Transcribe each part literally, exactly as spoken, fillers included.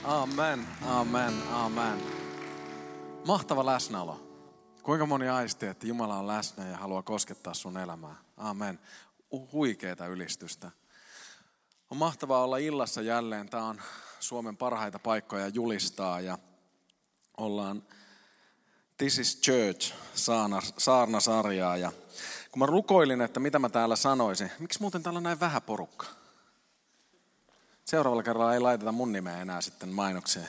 Amen, amen, amen. Mahtava läsnäolo. Kuinka moni aisti, että Jumala on läsnä ja haluaa koskettaa sun elämää. Amen. Huikeeta ylistystä. On mahtavaa olla illassa jälleen. Tämä on Suomen parhaita paikkoja julistaa ja ollaan This is Church saarnasarjaa. Ja kun mä rukoilin, että mitä mä täällä sanoisin, miksi muuten täällä on näin vähän porukka? Seuraavalla kerralla ei laiteta mun nimeä enää sitten mainokseen.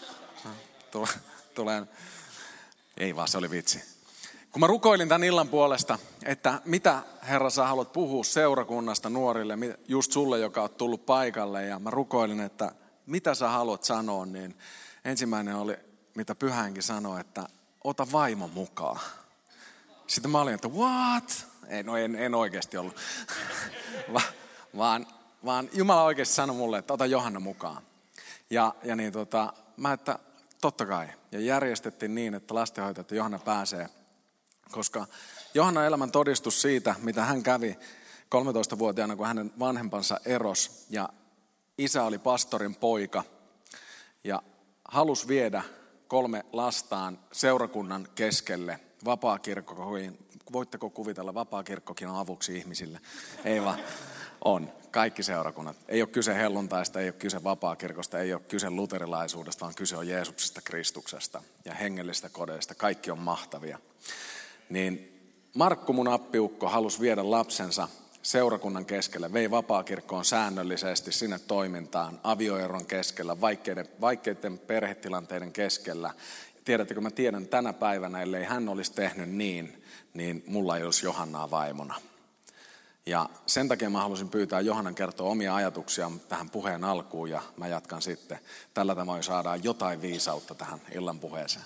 Tulen. Ei vaan, se oli vitsi. Kun mä rukoilin tämän illan puolesta, että mitä Herra sä haluat puhua seurakunnasta nuorille, just sulle, joka on tullut paikalle. Ja mä rukoilin, että mitä sä haluat sanoa, niin ensimmäinen oli, mitä Pyhänkin sanoi, että ota vaimo mukaan. Sitten mä olin, että what? Ei, no en, en oikeasti ollut. Va, vaan, vaan Jumala oikeasti sanoi mulle, että ota Johanna mukaan. Ja, ja niin tota, mä että totta kai. Ja järjestettiin niin, että lastenhoitaja Johanna pääsee. Koska Johannan elämän todistus siitä, mitä hän kävi kolmetoistavuotiaana, kun hänen vanhempansa erosi. Ja isä oli pastorin poika ja halusi viedä kolme lastaan seurakunnan keskelle vapaakirkkoihin. Voitteko kuvitella, vapaakirkkokin on avuksi ihmisille? Ei vaan, on. Kaikki seurakunnat. Ei ole kyse helluntaista, ei ole kyse vapaakirkosta, ei ole kyse luterilaisuudesta, vaan kyse on Jeesuksesta, Kristuksesta ja hengellisistä kodeista. Kaikki on mahtavia. Niin Markku, mun appiukko, halusi viedä lapsensa seurakunnan keskelle, vei vapaakirkkoon säännöllisesti sinne toimintaan, avioeron keskellä, vaikeiden, vaikeiden perhetilanteiden keskellä. Tiedättekö, mä tiedän tänä päivänä, ellei hän olisi tehnyt niin, niin mulla ei olisi Johannaa vaimona. Ja sen takia mä halusin pyytää Johannan kertoa omia ajatuksia tähän puheen alkuun ja mä jatkan sitten. Tällä tavoin saadaan jotain viisautta tähän illan puheeseen.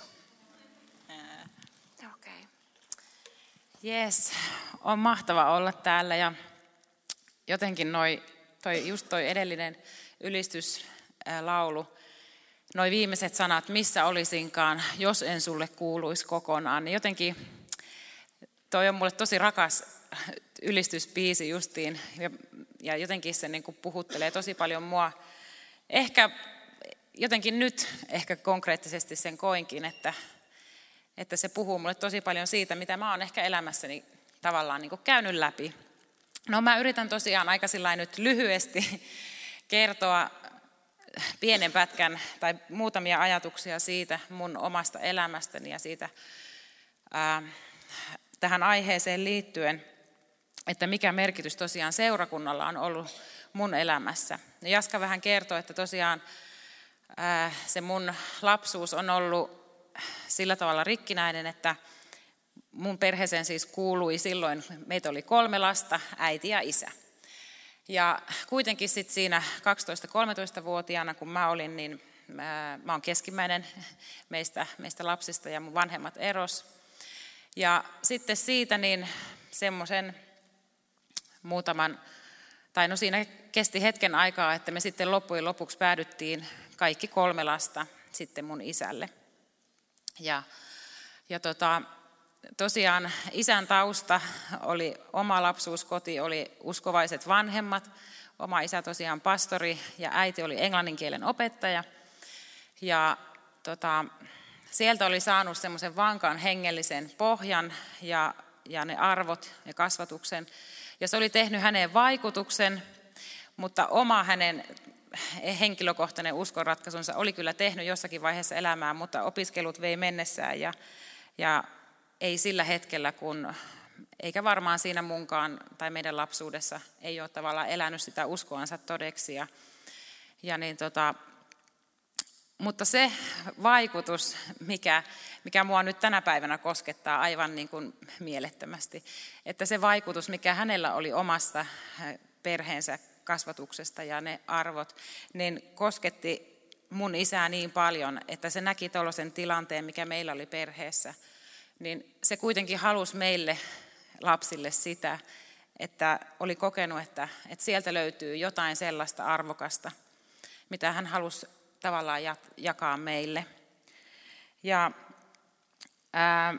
Okei. Okay. Jees, on mahtava olla täällä ja jotenkin noi, toi, just toi edellinen ylistyslaulu, noi viimeiset sanat, missä olisinkaan, jos en sulle kuuluisi kokonaan, niin jotenkin toi on mulle tosi rakas ylistysbiisi justiin ja, ja jotenkin se niin kuin puhuttelee tosi paljon mua. Ehkä jotenkin nyt ehkä konkreettisesti sen koinkin, että, että se puhuu mulle tosi paljon siitä, mitä mä oon ehkä elämässäni tavallaan niin kuin käynyt läpi. No mä yritän tosiaan aika sillain nyt lyhyesti kertoa pienen pätkän tai muutamia ajatuksia siitä mun omasta elämästäni ja siitä ää, tähän aiheeseen liittyen, että mikä merkitys tosiaan seurakunnalla on ollut mun elämässä. Ja Jaska vähän kertoi, että tosiaan ää, se mun lapsuus on ollut sillä tavalla rikkinäinen, että mun perheeseen siis kuului silloin, meitä oli kolme lasta, äiti ja isä. Ja kuitenkin sitten siinä kaksitoista-kolmetoista-vuotiaana, kun mä olin, niin mä, mä oon keskimmäinen meistä, meistä lapsista ja mun vanhemmat eros. Ja sitten siitä niin semmoisen muutaman, tai no siinä kesti hetken aikaa, että me sitten loppujen lopuksi päädyttiin kaikki kolme lasta sitten mun isälle. Ja, ja tota, tosiaan isän tausta oli oma lapsuuskoti, oli uskovaiset vanhemmat. Oma isä tosiaan pastori ja äiti oli englannin kielen opettaja. Ja tota, sieltä oli saanut semmoisen vankan hengellisen pohjan ja, ja ne arvot ja kasvatuksen. Ja se oli tehnyt häneen vaikutuksen, mutta oma hänen henkilökohtainen uskonratkaisunsa oli kyllä tehnyt jossakin vaiheessa elämää, mutta opiskelut vei mennessään ja, ja ei sillä hetkellä, kun, eikä varmaan siinä munkaan tai meidän lapsuudessa ei ole tavallaan elänyt sitä uskoansa todeksi. Ja, ja niin tota, mutta se vaikutus, mikä, mikä mua nyt tänä päivänä koskettaa aivan niin kuin mielettömästi, että se vaikutus, mikä hänellä oli omasta perheensä kasvatuksesta ja ne arvot, niin kosketti mun isää niin paljon, että se näki tuollaisen tilanteen, mikä meillä oli perheessä, niin se kuitenkin halusi meille lapsille sitä, että oli kokenut, että, että sieltä löytyy jotain sellaista arvokasta, mitä hän halusi tavallaan jakaa meille. Ja ää,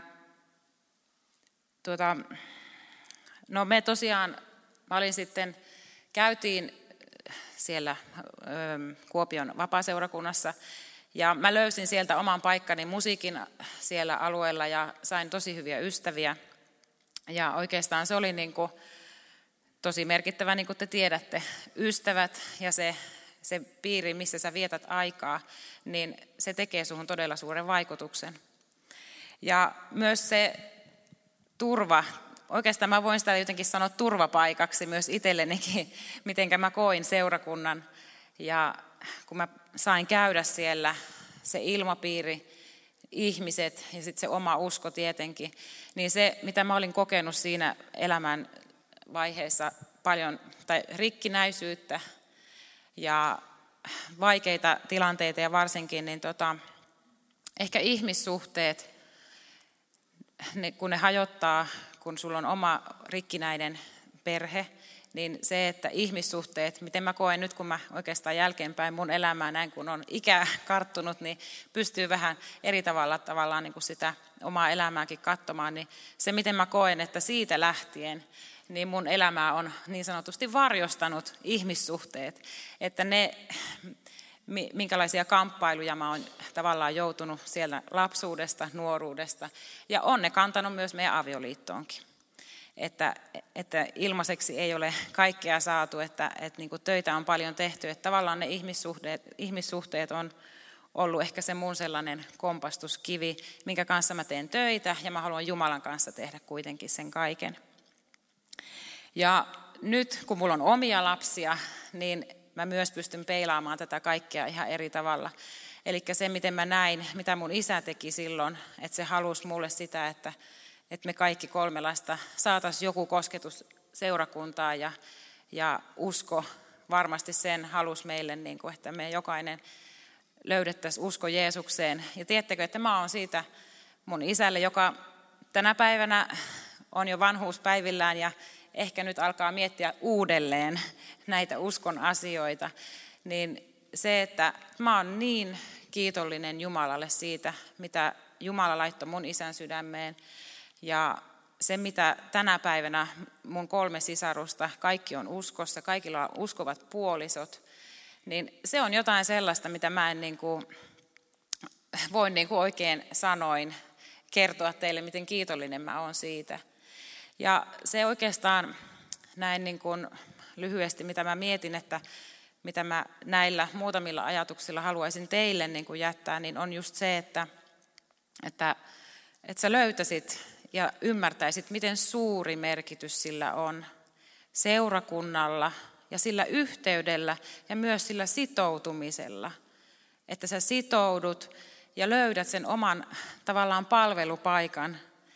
tuota, no me tosiaan, mä olin sitten, käytiin siellä Kuopion vapaaseurakunnassa. Ja mä löysin sieltä oman paikkani musiikin siellä alueella ja sain tosi hyviä ystäviä. Ja oikeastaan se oli niin kuin tosi merkittävä, niin kuin te tiedätte, ystävät ja se, se piiri, missä sä vietät aikaa, niin se tekee suhun todella suuren vaikutuksen. Ja myös se turva, oikeastaan mä voin sitä jotenkin sanoa turvapaikaksi myös itsellenikin, mitenkä mä koin seurakunnan. Ja kun mä sain käydä siellä, se ilmapiiri, ihmiset ja sitten se oma usko tietenkin, niin se, mitä mä olin kokenut siinä elämän vaiheessa paljon, tai rikkinäisyyttä ja vaikeita tilanteita ja varsinkin, niin tota, ehkä ihmissuhteet, ne, kun ne hajottaa, kun sulla on oma rikkinäinen perhe, niin se, että ihmissuhteet, miten mä koen nyt, kun mä oikeastaan jälkeenpäin mun elämää näin, kun on ikä karttunut, niin pystyy vähän eri tavalla tavallaan niin kuin sitä omaa elämääkin katsomaan, niin se, miten mä koen, että siitä lähtien, niin mun elämää on niin sanotusti varjostanut ihmissuhteet, että ne, minkälaisia kamppailuja mä oon tavallaan joutunut siellä lapsuudesta, nuoruudesta, ja on ne kantanut myös meidän avioliittoonkin. Että, että ilmaiseksi ei ole kaikkea saatu, että, että niin kuin töitä on paljon tehty, että tavallaan ne ihmissuhteet, ihmissuhteet on ollut ehkä se mun sellainen kompastuskivi, minkä kanssa mä teen töitä, ja mä haluan Jumalan kanssa tehdä kuitenkin sen kaiken. Ja nyt kun mulla on omia lapsia, niin mä myös pystyn peilaamaan tätä kaikkea ihan eri tavalla. Eli se, miten mä näin, mitä mun isä teki silloin, että se halusi mulle sitä, että että me kaikki kolme lasta saataisiin joku kosketus seurakuntaan ja, ja usko varmasti sen halusi meille, niin kuin, että me jokainen löydettäisiin usko Jeesukseen. Ja tiedättekö, että mä oon siitä mun isälle, joka tänä päivänä on jo vanhuuspäivillään ja ehkä nyt alkaa miettiä uudelleen näitä uskon asioita, niin se, että mä oon niin kiitollinen Jumalalle siitä, mitä Jumala laittoi mun isän sydämeen. Ja se, mitä tänä päivänä mun kolme sisarusta, kaikki on uskossa, kaikilla on uskovat puolisot, niin se on jotain sellaista, mitä mä en niin kuin, voin niin kuin oikein sanoin kertoa teille, miten kiitollinen mä oon siitä. Ja se oikeastaan näin niin kuin lyhyesti, mitä mä mietin, että mitä mä näillä muutamilla ajatuksilla haluaisin teille niin kuin jättää, niin on just se, että, että, että sä löytäisit ja ymmärtäisit, miten suuri merkitys sillä on seurakunnalla ja sillä yhteydellä ja myös sillä sitoutumisella. Että sä sitoudut ja löydät sen oman tavallaan palvelupaikan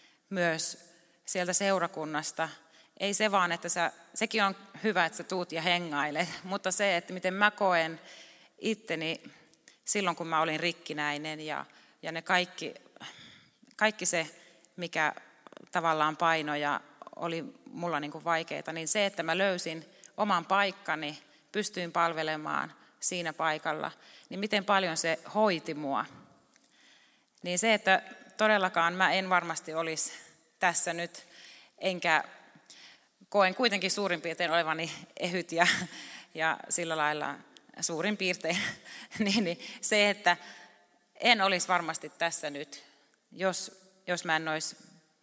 myös sieltä seurakunnasta. Ei se vaan, että sä, sekin on hyvä, että sä tuut ja hengailet, mutta se, että miten mä koen itteni silloin, kun mä olin rikkinäinen ja, ja ne kaikki, kaikki se, mikä tavallaan paino ja oli mulla niin kuin vaikeaa, niin se, että mä löysin oman paikkani, pystyin palvelemaan siinä paikalla, niin miten paljon se hoiti mua. Niin se, että todellakaan mä en varmasti olisi tässä nyt, enkä koen kuitenkin suurin piirtein olevani ehyt ja, ja sillä lailla suurin piirtein, niin, niin se, että en olisi varmasti tässä nyt, jos jos mä en olisi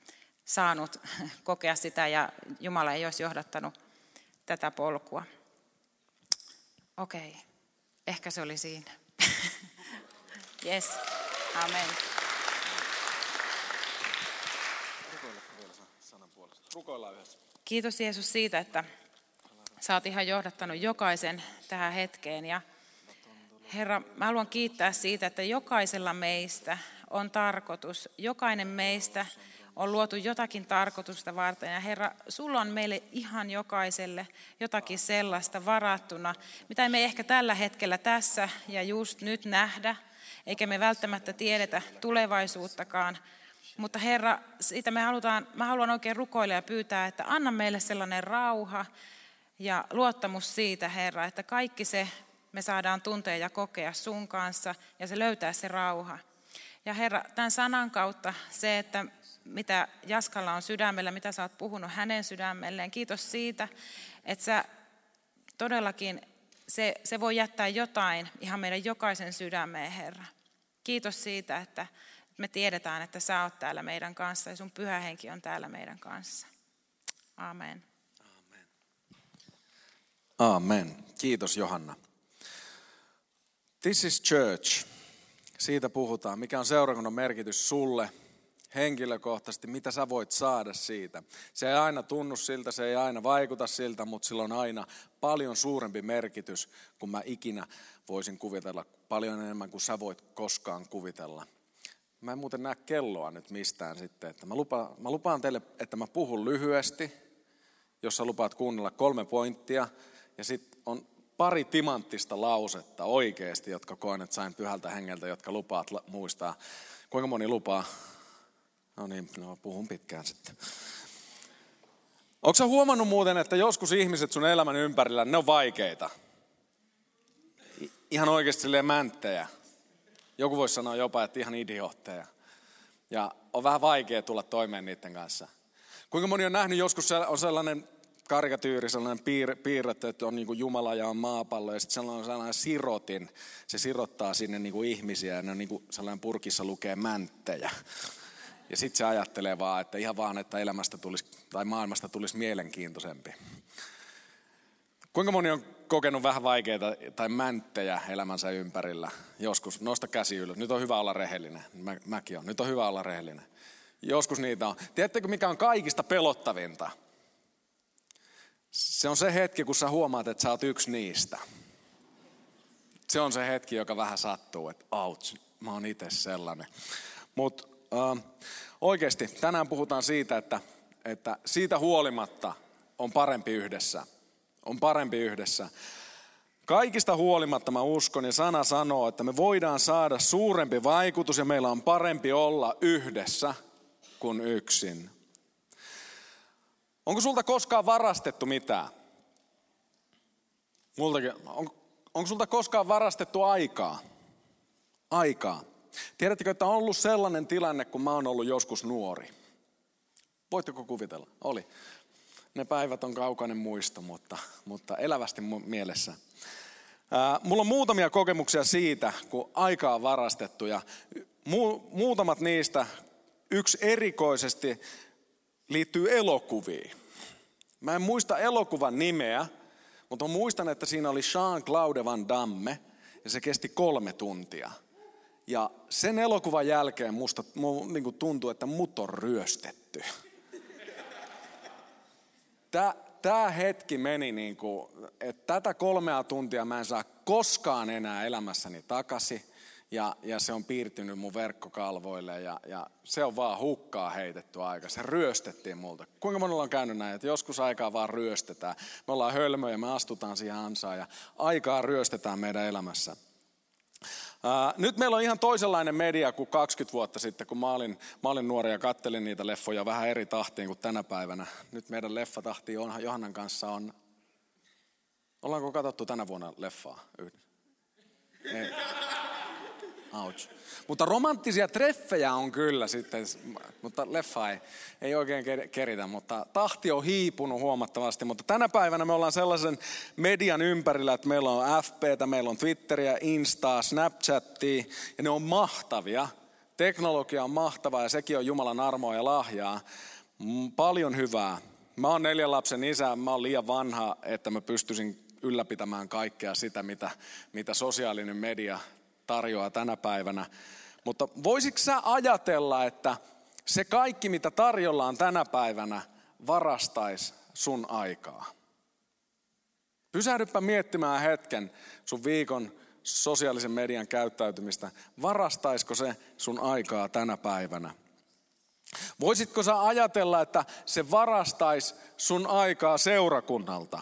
saanut kokea sitä ja Jumala ei olisi johdattanut tätä polkua. Okei, ehkä se oli siinä. Yes, amen. Rukoillaan yhdessä. Kiitos Jeesus siitä, että sä oot ihan johdattanut jokaisen tähän hetkeen. Ja Herra, mä haluan kiittää siitä, että jokaisella meistä on tarkoitus. Jokainen meistä on luotu jotakin tarkoitusta varten. Ja Herra, sulla on meille ihan jokaiselle jotakin sellaista varattuna, mitä me ei ehkä tällä hetkellä tässä ja just nyt nähdä, eikä me välttämättä tiedetä tulevaisuuttakaan. Mutta Herra, siitä me halutaan, mä haluan oikein rukoilla ja pyytää, että anna meille sellainen rauha ja luottamus siitä, Herra, että kaikki se me saadaan tuntea ja kokea sun kanssa ja se löytää se rauha. Ja Herra, tämän sanan kautta se, että mitä Jaskalla on sydämellä, mitä sä oot puhunut hänen sydämelleen, kiitos siitä, että sä todellakin se, se voi jättää jotain ihan meidän jokaisen sydämeen, Herra. Kiitos siitä, että me tiedetään, että sä oot täällä meidän kanssa ja sun pyhä henki on täällä meidän kanssa. Amen. Amen. Amen. Kiitos Johanna. This is church. Siitä puhutaan. Mikä on seurakunnan merkitys sulle henkilökohtaisesti, mitä sä voit saada siitä. Se ei aina tunnu siltä, se ei aina vaikuta siltä, mutta sillä on aina paljon suurempi merkitys, kuin mä ikinä voisin kuvitella. Paljon enemmän kuin sä voit koskaan kuvitella. Mä en muuten näe kelloa nyt mistään sitten. Että mä, lupaan, mä lupaan teille, että mä puhun lyhyesti, jos sä lupaat kuunnella kolme pointtia. Ja sitten on pari timanttista lausetta oikeasti, jotka koen, että sain pyhältä hengeltä, jotka lupaat muistaa. Kuinka moni lupaa? No niin, no puhun pitkään sitten. Ootko sä huomannut muuten, että joskus ihmiset sun elämän ympärillä, ne on vaikeita? Ihan oikeasti silleen mänttejä. Joku voisi sanoa jopa, että ihan idiootteja. Ja on vähän vaikea tulla toimeen niiden kanssa. Kuinka moni on nähnyt joskus, on sellainen karikatyyri, sellainen piir, piirretty, että on niin kuin Jumala ja on maapallo. Ja sitten sellainen, sellainen sirotin, se sirottaa sinne niin kuin ihmisiä ja ne on niin kuin sellainen purkissa lukee mänttejä. Ja sitten se ajattelee vaan, että ihan vaan, että elämästä tulisi, tai maailmasta tulisi mielenkiintoisempi. Kuinka moni on kokenut vähän vaikeita tai mänttejä elämänsä ympärillä? Joskus, nosta käsi ylös. Nyt on hyvä olla rehellinen. Mä, mäkin on. Nyt on hyvä olla rehellinen. Joskus niitä on. Tiedättekö, mikä on kaikista pelottavinta? Se on se hetki, kun sä huomaat, että sä oot yksi niistä. Se on se hetki, joka vähän sattuu, että ouch, mä oon itse sellainen. Mutta äh, oikeasti tänään puhutaan siitä, että, että siitä huolimatta on parempi yhdessä. On parempi yhdessä. Kaikista huolimatta mä uskon ja sana sanoo, että me voidaan saada suurempi vaikutus ja meillä on parempi olla yhdessä kuin yksin. Onko sulta koskaan varastettu mitään? Multakin. On, onko sulta koskaan varastettu aikaa? Aikaa. Tiedättekö, että on ollut sellainen tilanne, kun mä oon ollut joskus nuori? Voitteko kuvitella? Oli. Ne päivät on kaukainen muisto, mutta, mutta elävästi mielessä. Ää, mulla on muutamia kokemuksia siitä, kun aikaa on varastettu. Ja mu, muutamat niistä, yksi erikoisesti liittyy elokuviin. Mä en muista elokuvan nimeä, mutta muistan, että siinä oli Jean-Claude Van Damme ja se kesti kolme tuntia. Ja sen elokuvan jälkeen musta niin tuntui, että mut on ryöstetty. Tää, tää hetki meni niin kuin, että tätä kolmea tuntia mä en saa koskaan enää elämässäni takaisin. Ja, ja se on piirtynyt mun verkkokalvoille ja, ja se on vaan hukkaa heitetty aika. Se ryöstettiin multa. Kuinka monella on käynyt näin, että joskus aikaa vaan ryöstetään. Me ollaan hölmöjä, me astutaan siihen ansaan ja aikaa ryöstetään meidän elämässä. Ää, nyt meillä on ihan toisenlainen media kuin kaksikymmentä vuotta sitten, kun mä olin, mä olin nuori ja kattelin niitä leffoja vähän eri tahtiin kuin tänä päivänä. Nyt meidän leffatahti on, Johannan kanssa on... Ollaanko katsottu tänä vuonna leffaa yhdessä? Ei. Ouch. Mutta romanttisia treffejä on kyllä sitten, mutta leffa ei, ei oikein keritä, mutta tahti on hiipunut huomattavasti. Mutta tänä päivänä me ollaan sellaisen median ympärillä, että meillä on F B:tä, meillä on Twitteriä, Instaa, Snapchatia ja ne on mahtavia. Teknologia on mahtavaa ja sekin on Jumalan armoa ja lahjaa. Paljon hyvää. Mä oon neljän lapsen isä, mä oon liian vanha, että mä pystyisin ylläpitämään kaikkea sitä, mitä, mitä sosiaalinen media tarjoaa tänä päivänä. Mutta voisitko sä ajatella, että se kaikki, mitä tarjollaan tänä päivänä, varastaisi sun aikaa? Pysähdyppä miettimään hetken sun viikon sosiaalisen median käyttäytymistä. Varastaisiko se sun aikaa tänä päivänä? Voisitko sä ajatella, että se varastaisi sun aikaa seurakunnalta?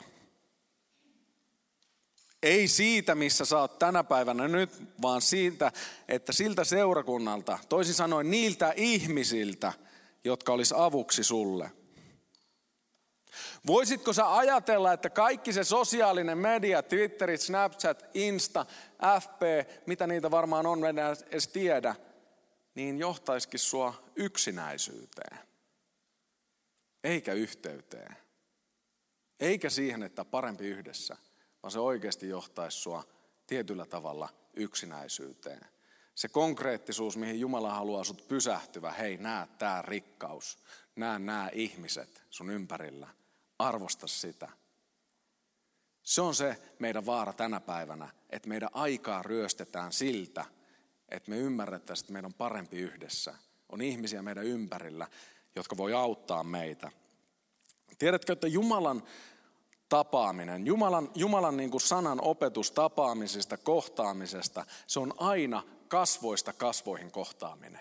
Ei siitä, missä sä oot tänä päivänä nyt, vaan siitä, että siltä seurakunnalta, toisin sanoen niiltä ihmisiltä, jotka olisi avuksi sulle. Voisitko sä ajatella, että kaikki se sosiaalinen media, Twitter, Snapchat, Insta, F B, mitä niitä varmaan on, en edes tiedä, niin johtaisikin sua yksinäisyyteen, eikä yhteyteen, eikä siihen, että parempi yhdessä, vaan se oikeasti johtaisi sua tietyllä tavalla yksinäisyyteen. Se konkreettisuus, mihin Jumala haluaa sut pysähtyvä, hei, näe tää rikkaus, näe nämä ihmiset sun ympärillä, arvosta sitä. Se on se meidän vaara tänä päivänä, että meidän aikaa ryöstetään siltä, että me ymmärrettäisiin, että meidän on parempi yhdessä. On ihmisiä meidän ympärillä, jotka voi auttaa meitä. Tiedätkö, että Jumalan tapaaminen, Jumalan, Jumalan niin kuin sanan opetus tapaamisesta, kohtaamisesta, se on aina kasvoista kasvoihin kohtaaminen.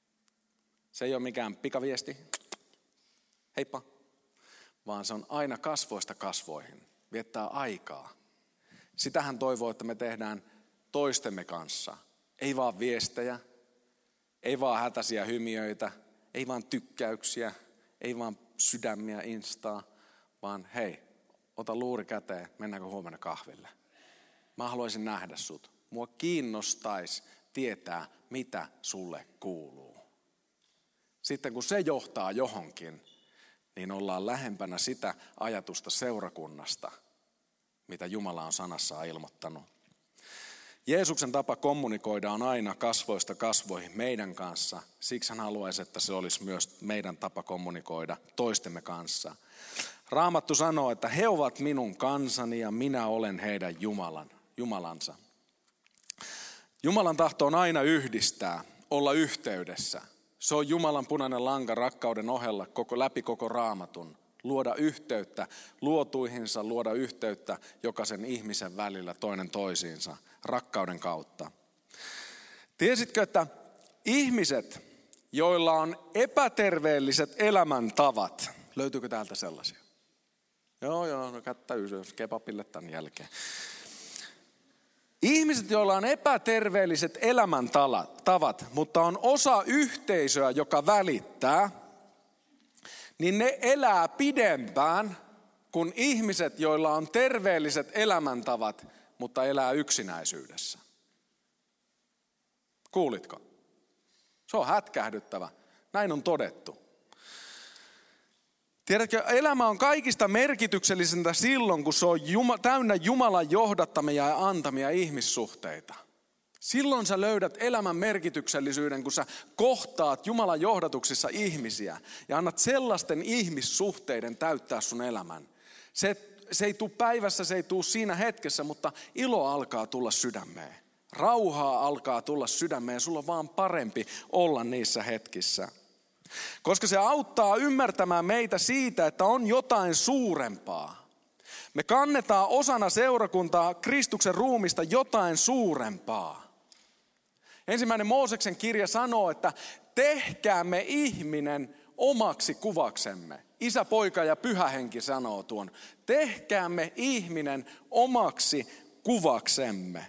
Se ei ole mikään pikaviesti, heippa, vaan se on aina kasvoista kasvoihin, viettää aikaa. Sitähän toivoo, että me tehdään toistemme kanssa. Ei vaan viestejä, ei vaan hätäisiä hymiöitä, ei vaan tykkäyksiä, ei vaan sydämiä instaa, vaan hei, ota luuri käteen, mennäänkö huomenna kahville. Mä haluaisin nähdä sut. Mua kiinnostaisi tietää, mitä sulle kuuluu. Sitten kun se johtaa johonkin, niin ollaan lähempänä sitä ajatusta seurakunnasta, mitä Jumala on sanassaan ilmoittanut. Jeesuksen tapa kommunikoida on aina kasvoista kasvoihin meidän kanssa. Siksi hän haluaisi, että se olisi myös meidän tapa kommunikoida toistemme kanssa. Raamattu sanoo, että he ovat minun kansani ja minä olen heidän Jumalan, Jumalansa. Jumalan tahto on aina yhdistää, olla yhteydessä. Se on Jumalan punainen lanka rakkauden ohella koko, läpi koko Raamatun. Luoda yhteyttä luotuihinsa, luoda yhteyttä jokaisen ihmisen välillä toinen toisiinsa rakkauden kautta. Tiesitkö, että ihmiset, joilla on epäterveelliset elämäntavat, löytyykö täältä sellaisia? Joo, joo, no kättä ylös, kebabille tämän jälkeen. Ihmiset, joilla on epäterveelliset elämäntavat, mutta on osa yhteisöä, joka välittää, niin ne elää pidempään kuin ihmiset, joilla on terveelliset elämäntavat, mutta elää yksinäisyydessä. Kuulitko? Se on hätkähdyttävä. Näin on todettu. Tiedätkö, elämä on kaikista merkityksellisintä silloin, kun se on Juma, täynnä Jumalan johdattamia ja antamia ihmissuhteita. Silloin sä löydät elämän merkityksellisyyden, kun sä kohtaat Jumalan johdatuksissa ihmisiä ja annat sellaisten ihmissuhteiden täyttää sun elämän. Se, se ei tule päivässä, se ei tule siinä hetkessä, mutta ilo alkaa tulla sydämeen. Rauhaa alkaa tulla sydämeen, sulla on vaan parempi olla niissä hetkissä. Koska se auttaa ymmärtämään meitä siitä, että on jotain suurempaa. Me kannetaan osana seurakuntaa Kristuksen ruumista jotain suurempaa. Ensimmäinen Mooseksen kirja sanoo, että tehkäämme ihminen omaksi kuvaksemme. Isä, poika ja pyhä henki sanoo tuon. Tehkäämme ihminen omaksi kuvaksemme.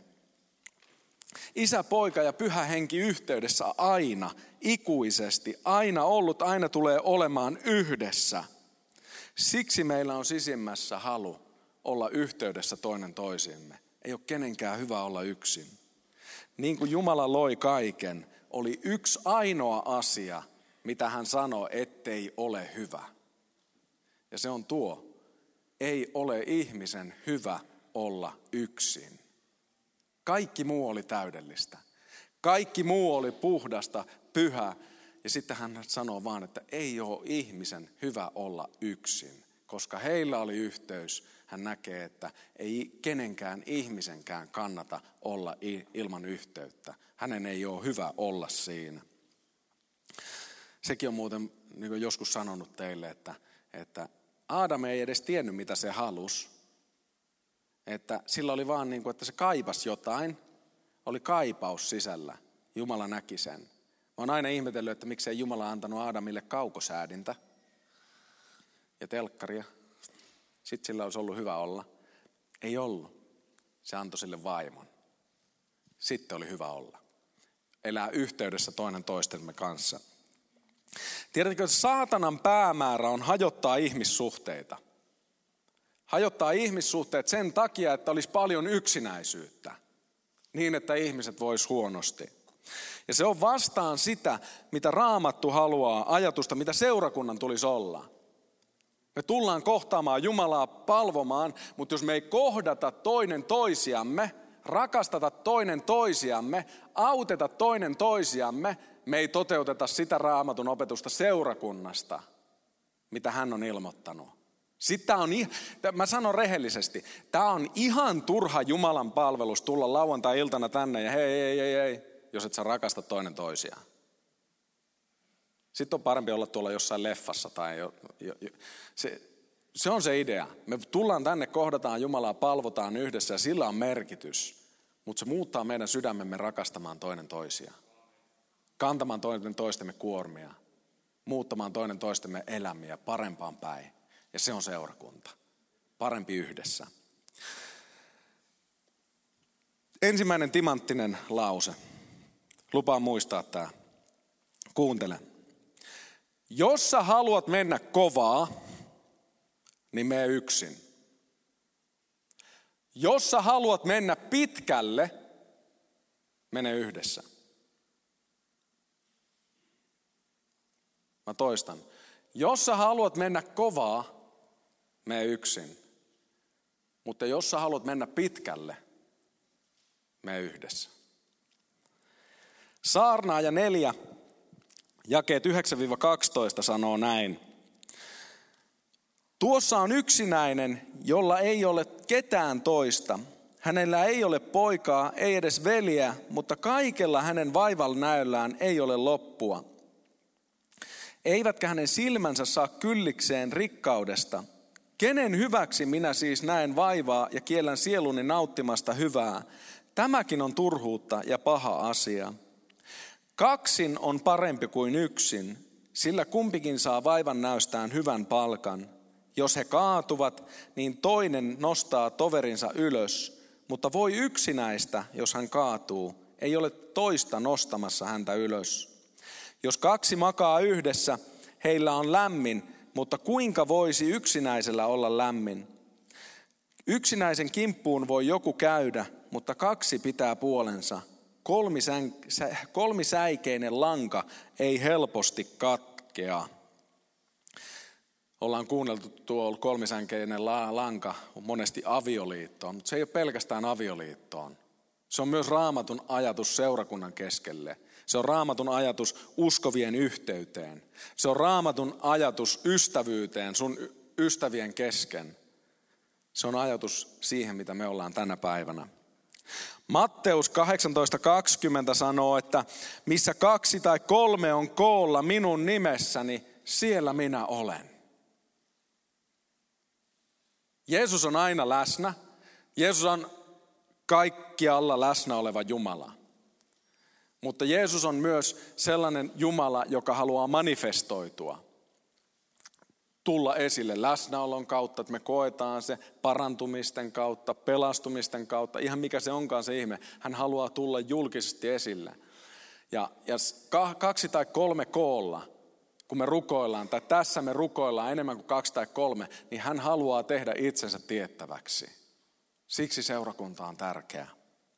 Isä, poika ja pyhä henki yhteydessä aina, ikuisesti, aina ollut, aina tulee olemaan yhdessä. Siksi meillä on sisimmässä halu olla yhteydessä toinen toisiimme. Ei ole kenenkään hyvä olla yksin. Niin kuin Jumala loi kaiken, oli yksi ainoa asia, mitä hän sanoi, ettei ole hyvä. Ja se on tuo, ei ole ihmisen hyvä olla yksin. Kaikki muu oli täydellistä. Kaikki muu oli puhdasta, pyhä. Ja sitten hän sanoo vaan, että ei ole ihmisen hyvä olla yksin. Koska heillä oli yhteys, hän näkee, että ei kenenkään ihmisenkään kannata olla ilman yhteyttä. Hänen ei ole hyvä olla siinä. Sekin on muuten niin kuin joskus sanonut teille, että, että Aadam ei edes tiennyt, mitä se halusi. Että sillä oli vaan niin kuin, että se kaipasi jotain, oli kaipaus sisällä. Jumala näki sen. Mä oon aina ihmetellyt, että miksei Jumala antanut Aadamille kaukosäädintä ja telkkaria. Sitten sillä olisi ollut hyvä olla. Ei ollut. Se antoi sille vaimon. Sitten oli hyvä olla. Elää yhteydessä toinen toistemme kanssa. Tiedätkö, että saatanan päämäärä on hajottaa ihmissuhteita. Hajottaa ihmissuhteet sen takia, että olisi paljon yksinäisyyttä. Niin, että ihmiset vois huonosti. Ja se on vastaan sitä, mitä Raamattu haluaa, ajatusta, mitä seurakunnan tulisi olla. Me tullaan kohtaamaan Jumalaa palvomaan, mutta jos me ei kohdata toinen toisiamme, rakastata toinen toisiamme, auteta toinen toisiamme, me ei toteuteta sitä Raamatun opetusta seurakunnasta, mitä hän on ilmoittanut. Sitten on, mä sanon rehellisesti, tämä on ihan turha Jumalan palvelus tulla lauantai-iltana tänne ja hei, hei, hei, hei, jos et sä rakasta toinen toisiaan. Sitten on parempi olla tuolla jossain leffassa tai jo, jo, jo. Se, se on se idea. Me tullaan tänne, kohdataan Jumalaa, palvotaan yhdessä ja sillä on merkitys. Mutta se muuttaa meidän sydämemme rakastamaan toinen toisiaan. Kantamaan toinen toistemme kuormia. Muuttamaan toinen toistemme elämiä parempaan päin. Ja se on seurakunta. Parempi yhdessä. Ensimmäinen timanttinen lause. Lupaan muistaa tämä. Kuuntele. Jos sä haluat mennä kovaa, niin mene yksin. Jos sä haluat mennä pitkälle, mene yhdessä. Mä toistan. Jos sä haluat mennä kovaa, mene yksin. Mutta jos sä haluat mennä pitkälle, mene yhdessä. Saarnaaja neljä, jakeet yhdeksän kaksitoista sanoo näin. Tuossa on yksinäinen, jolla ei ole ketään toista. Hänellä ei ole poikaa, ei edes veljeä, mutta kaikella hänen vaival näöllään ei ole loppua. Eivätkä hänen silmänsä saa kyllikseen rikkaudesta. Kenen hyväksi minä siis näen vaivaa ja kiellän sieluni nauttimasta hyvää? Tämäkin on turhuutta ja paha asia. Kaksin on parempi kuin yksin, sillä kumpikin saa vaivan näystään hyvän palkan. Jos he kaatuvat, niin toinen nostaa toverinsa ylös, mutta voi yksinäistä, jos hän kaatuu, ei ole toista nostamassa häntä ylös. Jos kaksi makaa yhdessä, heillä on lämmin, mutta kuinka voisi yksinäisellä olla lämmin? Yksinäisen kimppuun voi joku käydä, mutta kaksi pitää puolensa. Kolmisäikeinen lanka ei helposti katkea. Ollaan kuunneltu tuo kolmisäikeinen lanka monesti avioliittoon, mutta se ei ole pelkästään avioliittoon. Se on myös Raamatun ajatus seurakunnan keskelle. Se on Raamatun ajatus uskovien yhteyteen. Se on Raamatun ajatus ystävyyteen sun ystävien kesken. Se on ajatus siihen, mitä me ollaan tänä päivänä. Matteus kahdeksantoista kaksikymmentä sanoo, että missä kaksi tai kolme on koolla minun nimessäni, siellä minä olen. Jeesus on aina läsnä. Jeesus on kaikkialla läsnä oleva Jumala. Mutta Jeesus on myös sellainen Jumala, joka haluaa manifestoitua. Tulla esille läsnäolon kautta, että me koetaan se parantumisten kautta, pelastumisten kautta, ihan mikä se onkaan se ihme. Hän haluaa tulla julkisesti esille. Ja, ja kaksi tai kolme koolla, kun me rukoillaan, tai tässä me rukoillaan enemmän kuin kaksi tai kolme, niin hän haluaa tehdä itsensä tiettäväksi. Siksi seurakunta on tärkeä.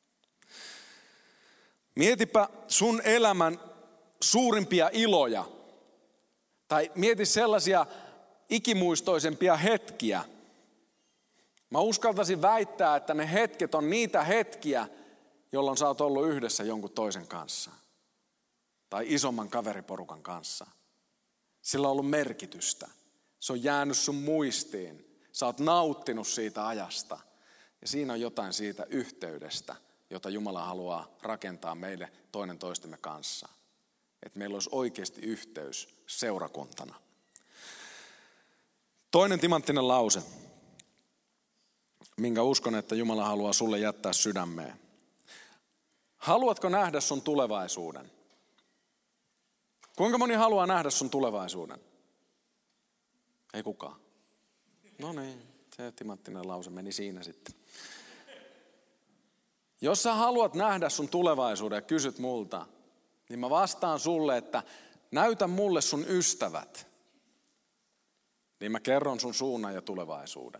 Mietipä sun elämän suurimpia iloja, tai mieti sellaisia ikimuistoisempia hetkiä. Mä uskaltaisin väittää, että ne hetket on niitä hetkiä, jolloin sä oot ollut yhdessä jonkun toisen kanssa. Tai isomman kaveriporukan kanssa. Sillä on ollut merkitystä. Se on jäänyt sun muistiin. Sä oot nauttinut siitä ajasta. Ja siinä on jotain siitä yhteydestä, jota Jumala haluaa rakentaa meille toinen toistemme kanssa. Että meillä olisi oikeasti yhteys seurakuntana. Toinen timanttinen lause, minkä uskon, että Jumala haluaa sulle jättää sydämeen. Haluatko nähdä sun tulevaisuuden? Kuinka moni haluaa nähdä sun tulevaisuuden? Ei kukaan. No niin, se timanttinen lause meni siinä sitten. Jos sä haluat nähdä sun tulevaisuuden ja kysyt multa, niin mä vastaan sulle, että näytä mulle sun ystävät. Niin mä kerron sun suunnan ja tulevaisuuden.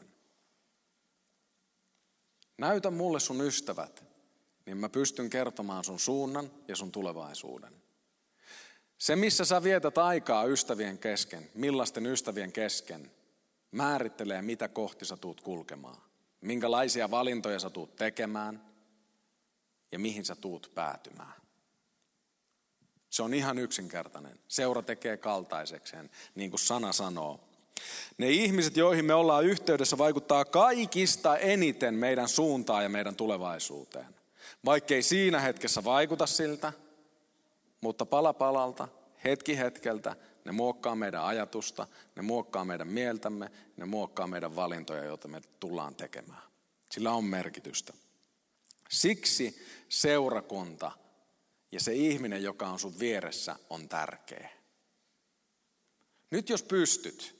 Näytä mulle sun ystävät, niin mä pystyn kertomaan sun suunnan ja sun tulevaisuuden. Se, missä sä vietät aikaa ystävien kesken, millaisten ystävien kesken, määrittelee, mitä kohti sä tuut kulkemaan. Minkälaisia valintoja sä tuut tekemään ja mihin sä tuut päätymään. Se on ihan yksinkertainen. Seura tekee kaltaisekseen, niin kuin sana sanoo. Ne ihmiset, joihin me ollaan yhteydessä, vaikuttaa kaikista eniten meidän suuntaan ja meidän tulevaisuuteen. Vaikkei siinä hetkessä vaikuta siltä, mutta pala palalta, hetki hetkeltä, ne muokkaa meidän ajatusta, ne muokkaa meidän mieltämme, ne muokkaa meidän valintoja, joita me tullaan tekemään. Sillä on merkitystä. Siksi seurakunta ja se ihminen, joka on sun vieressä, on tärkeä. Nyt jos pystyt,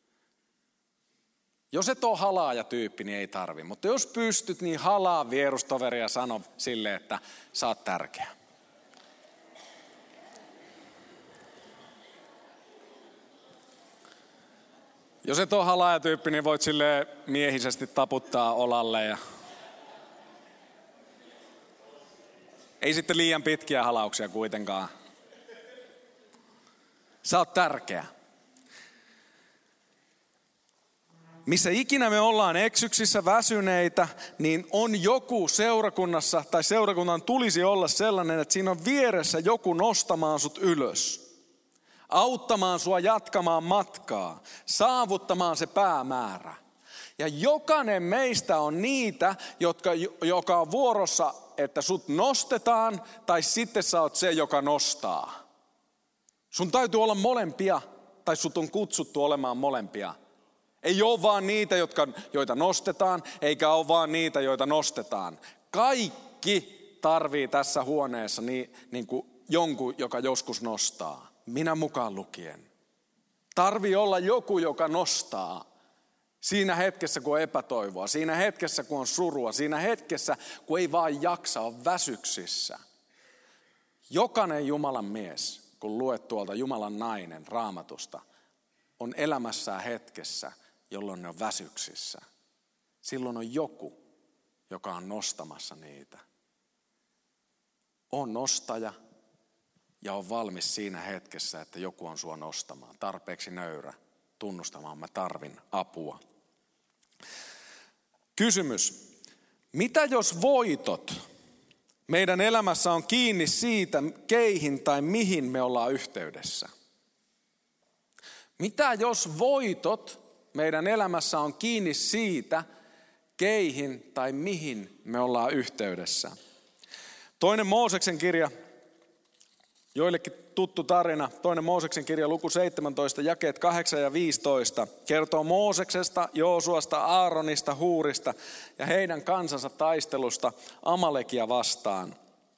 jos et ole halaaja tyyppi, niin ei tarvi. Mutta jos pystyt, niin halaa vierustoveri ja sano sille, että sä oot tärkeä. Jos et ole halaaja tyyppi, niin voit sille miehisesti taputtaa olalle. Ja... Ei sitten liian pitkiä halauksia kuitenkaan. Sä oot tärkeä. Missä ikinä me ollaan eksyksissä, väsyneitä, niin on joku seurakunnassa, tai seurakunnan tulisi olla sellainen, että siinä on vieressä joku nostamaan sut ylös. Auttamaan sua jatkamaan matkaa, saavuttamaan se päämäärä. Ja jokainen meistä on niitä, jotka, joka on vuorossa, että sut nostetaan, tai sitten sä oot se, joka nostaa. Sun täytyy olla molempia, tai sut on kutsuttu olemaan molempia. Ei ole vaan niitä, jotka, joita nostetaan, eikä ole vaan niitä, joita nostetaan. Kaikki tarvii tässä huoneessa niin, niin kuin jonkun, joka joskus nostaa. Minä mukaan lukien. Tarvii olla joku, joka nostaa. Siinä hetkessä, kun on epätoivoa, siinä hetkessä, kun on surua, siinä hetkessä, kun ei vaan jaksa, on väsyksissä. Jokainen Jumalan mies, kun luet tuolta Jumalan nainen Raamatusta, on elämässään hetkessä, jolloin ne on väsyksissä. Silloin on joku, joka on nostamassa niitä. On nostaja ja on valmis siinä hetkessä, että joku on sua nostamaan. Tarpeeksi nöyrä tunnustamaan, mä tarvin apua. Kysymys. Mitä jos voitot meidän elämässä on kiinni siitä, keihin tai mihin me ollaan yhteydessä? Mitä jos voitot meidän elämässä on kiinni siitä, keihin tai mihin me ollaan yhteydessä? Toinen Mooseksen kirja, joillekin tuttu tarina, toinen Mooseksen kirja luku seitsemäntoista, jakeet kahdeksan ja viisitoista, kertoo Mooseksesta, Joosuasta, Aaronista, Huurista ja heidän kansansa taistelusta Amalekia vastaan.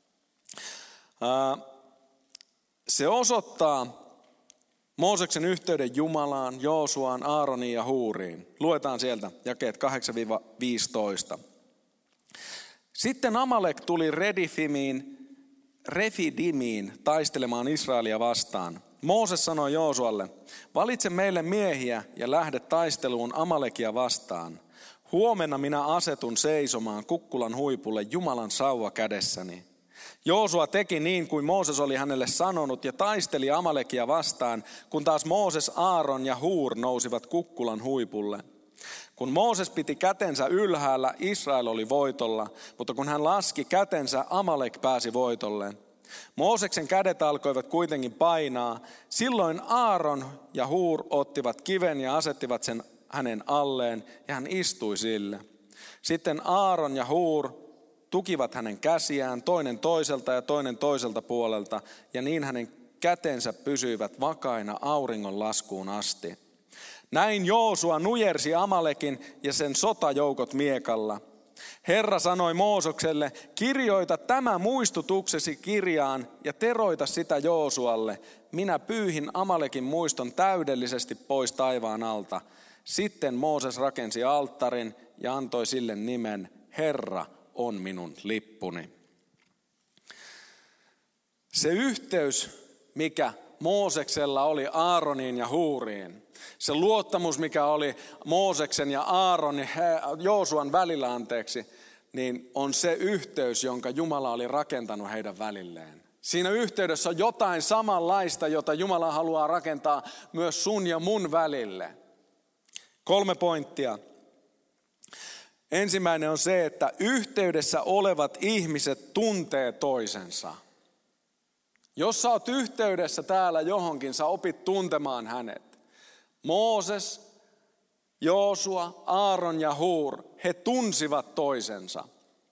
Se osoittaa Mooseksen yhteyden Jumalaan, Joosuaan, Aaroniin ja Huuriin. Luetaan sieltä jakeet kahdeksan viisitoista. Sitten Amalek tuli Redifimiin, Refidimiin taistelemaan Israelia vastaan. Mooses sanoi Joosualle, valitse meille miehiä ja lähde taisteluun Amalekia vastaan. Huomenna minä asetun seisomaan kukkulan huipulle Jumalan sauva kädessäni. Joosua teki niin kuin Mooses oli hänelle sanonut ja taisteli Amalekia vastaan, kun taas Mooses, Aaron ja Huur nousivat kukkulan huipulle. Kun Mooses piti kätensä ylhäällä, Israel oli voitolla, mutta kun hän laski kätensä, Amalek pääsi voitolle. Mooseksen kädet alkoivat kuitenkin painaa. Silloin Aaron ja Huur ottivat kiven ja asettivat sen hänen alleen ja hän istui sille. Sitten Aaron ja Huur tukivat hänen käsiään toinen toiselta ja toinen toiselta puolelta ja niin hänen kätensä pysyivät vakaina auringon laskuun asti. Näin Joosua nujersi Amalekin ja sen sotajoukot miekalla. Herra sanoi Moosekselle, kirjoita tämä muistutuksesi kirjaan ja teroita sitä Joosualle. Minä pyyhin Amalekin muiston täydellisesti pois taivaan alta. Sitten Mooses rakensi alttarin ja antoi sille nimen, Herra on minun lippuni. Se yhteys, mikä Mooseksella oli Aaroniin ja Huuriin, se luottamus, mikä oli Mooseksen ja Aaronin, Joosuan välillä anteeksi, niin on se yhteys, jonka Jumala oli rakentanut heidän välilleen. Siinä yhteydessä on jotain samanlaista, jota Jumala haluaa rakentaa myös sun ja mun välille. Kolme pointtia. Ensimmäinen on se, että yhteydessä olevat ihmiset tuntee toisensa. Jos sä oot yhteydessä täällä johonkin, sä opit tuntemaan hänet. Mooses, Joosua, Aaron ja Huur, he tunsivat toisensa.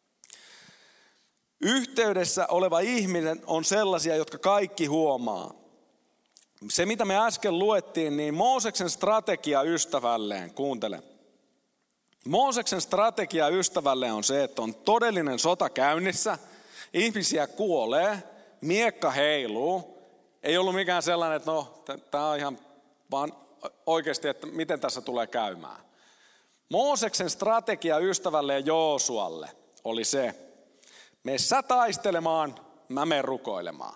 Yhteydessä oleva ihminen on sellaisia, jotka kaikki huomaa. Se, mitä me äsken luettiin, niin Mooseksen strategia ystävälleen, kuuntele. Mooseksen strategia ystävälleen on se, että on todellinen sota käynnissä, ihmisiä kuolee, miekka heiluu. Ei ollut mikään sellainen, että no, tämä on ihan vaan oikeasti, että miten tässä tulee käymään. Mooseksen strategia ystävälleen Joosualle oli se, mene sä taistelemaan, mä menen rukoilemaan.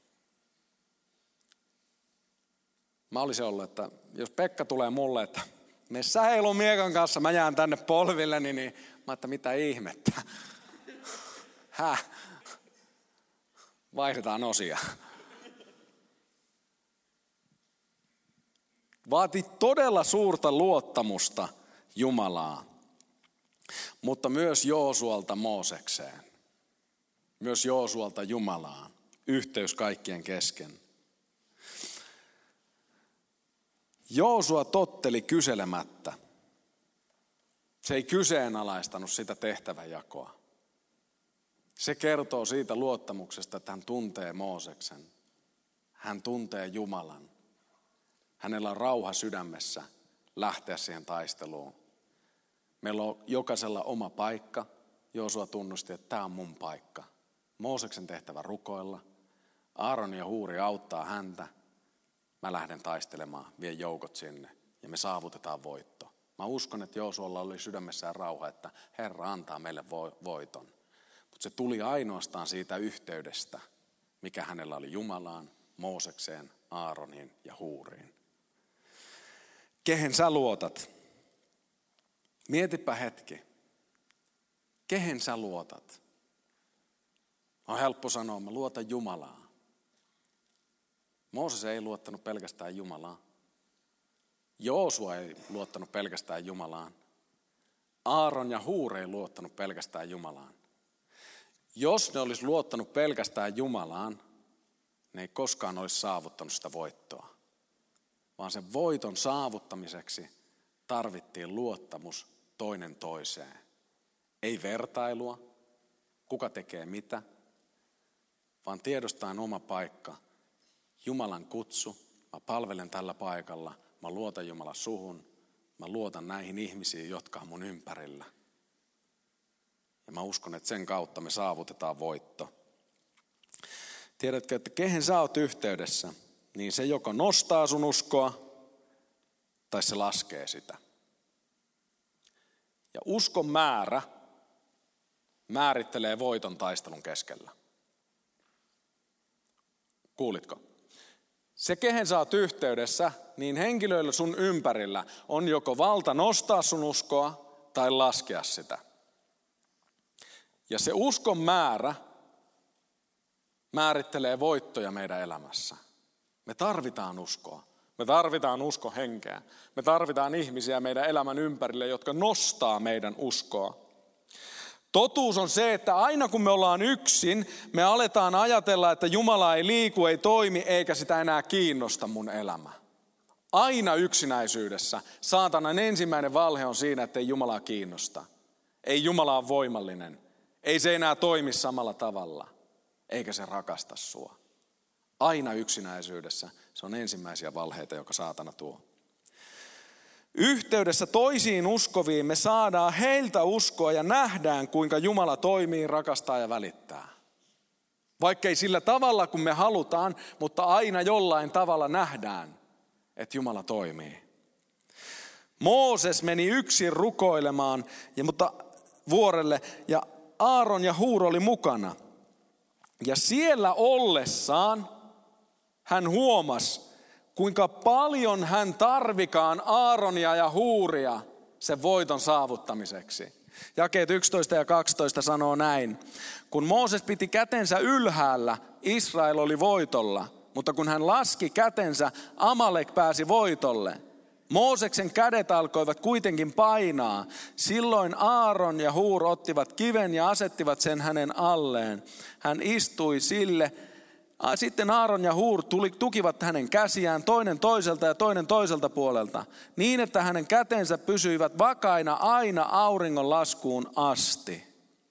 Mä olisin ollut, että jos Pekka tulee mulle, että mene sä heilun miekan kanssa, mä jään tänne polvilleni, niin mä että mitä ihmettä. Häh? Vaihdetaan osia. Vaati todella suurta luottamusta Jumalaan, mutta myös Joosualta Moosekseen. Myös Joosualta Jumalaan. Yhteys kaikkien kesken. Joosua totteli kyselemättä. Se ei kyseenalaistanut sitä tehtäväjakoa. Se kertoo siitä luottamuksesta, että hän tuntee Mooseksen. Hän tuntee Jumalan. Hänellä on rauha sydämessä lähteä siihen taisteluun. Meillä on jokaisella oma paikka. Joosua tunnusti, että tämä on mun paikka. Mooseksen tehtävä rukoilla. Aaron ja Huuri auttaa häntä. Mä lähden taistelemaan, vien joukot sinne ja me saavutetaan voitto. Mä uskon, että Joosualla oli sydämessään rauha, että Herra antaa meille voiton. Mutta se tuli ainoastaan siitä yhteydestä, mikä hänellä oli Jumalaan, Moosekseen, Aaroniin ja Huuriin. Kehen sä luotat? Mietipä hetki. Kehen sä luotat? On helppo sanoa, mä luotan Jumalaan. Mooses ei luottanut pelkästään Jumalaan. Joosua ei luottanut pelkästään Jumalaan. Aaron ja Huur ei luottanut pelkästään Jumalaan. Jos ne olisi luottanut pelkästään Jumalaan, ne ei koskaan olisi saavuttanut sitä voittoa. Vaan sen voiton saavuttamiseksi tarvittiin luottamus toinen toiseen. Ei vertailua, kuka tekee mitä, vaan tiedostaen oma paikka. Jumalan kutsu, mä palvelen tällä paikalla, mä luotan Jumalan suhun, mä luotan näihin ihmisiin, jotka on mun ympärillä. Ja mä uskon, että sen kautta me saavutetaan voitto. Tiedätkö, että kehen sä oot yhteydessä, niin se joko nostaa sun uskoa, tai se laskee sitä. Ja uskon määrä määrittelee voiton taistelun keskellä. Kuulitko? Se, kehen sä oot yhteydessä, niin henkilöillä sun ympärillä on joko valta nostaa sun uskoa tai laskea sitä. Ja se uskon määrä määrittelee voittoja meidän elämässä. Me tarvitaan uskoa. Me tarvitaan uskon henkeä. Me tarvitaan ihmisiä meidän elämän ympärille, jotka nostaa meidän uskoa. Totuus on se, että aina kun me ollaan yksin, me aletaan ajatella, että Jumala ei liiku, ei toimi, eikä sitä enää kiinnosta mun elämä. Aina yksinäisyydessä saatanan ensimmäinen valhe on siinä, että ei Jumalaa kiinnosta. Ei Jumala ole voimallinen. Ei se enää toimi samalla tavalla, eikä se rakasta sua. Aina yksinäisyydessä se on ensimmäisiä valheita, joka saatana tuo. Yhteydessä toisiin uskoviin me saadaan heiltä uskoa ja nähdään, kuinka Jumala toimii, rakastaa ja välittää. Vaikkei sillä tavalla, kun me halutaan, mutta aina jollain tavalla nähdään, että Jumala toimii. Mooses meni yksin rukoilemaan, ja, mutta vuorelle, ja Aaron ja Huur oli mukana. Ja siellä ollessaan hän huomasi, kuinka paljon hän tarvikaan Aaronia ja Huuria sen voiton saavuttamiseksi. Jakeet yksitoista ja kaksitoista sanoo näin. Kun Mooses piti kätensä ylhäällä, Israel oli voitolla. Mutta kun hän laski kätensä, Amalek pääsi voitolle. Mooseksen kädet alkoivat kuitenkin painaa. Silloin Aaron ja Huur ottivat kiven ja asettivat sen hänen alleen. Hän istui sille. Sitten Aaron ja Huur tuli, tukivat hänen käsiään toinen toiselta ja toinen toiselta puolelta, niin että hänen kätensä pysyivät vakaina aina auringon laskuun asti.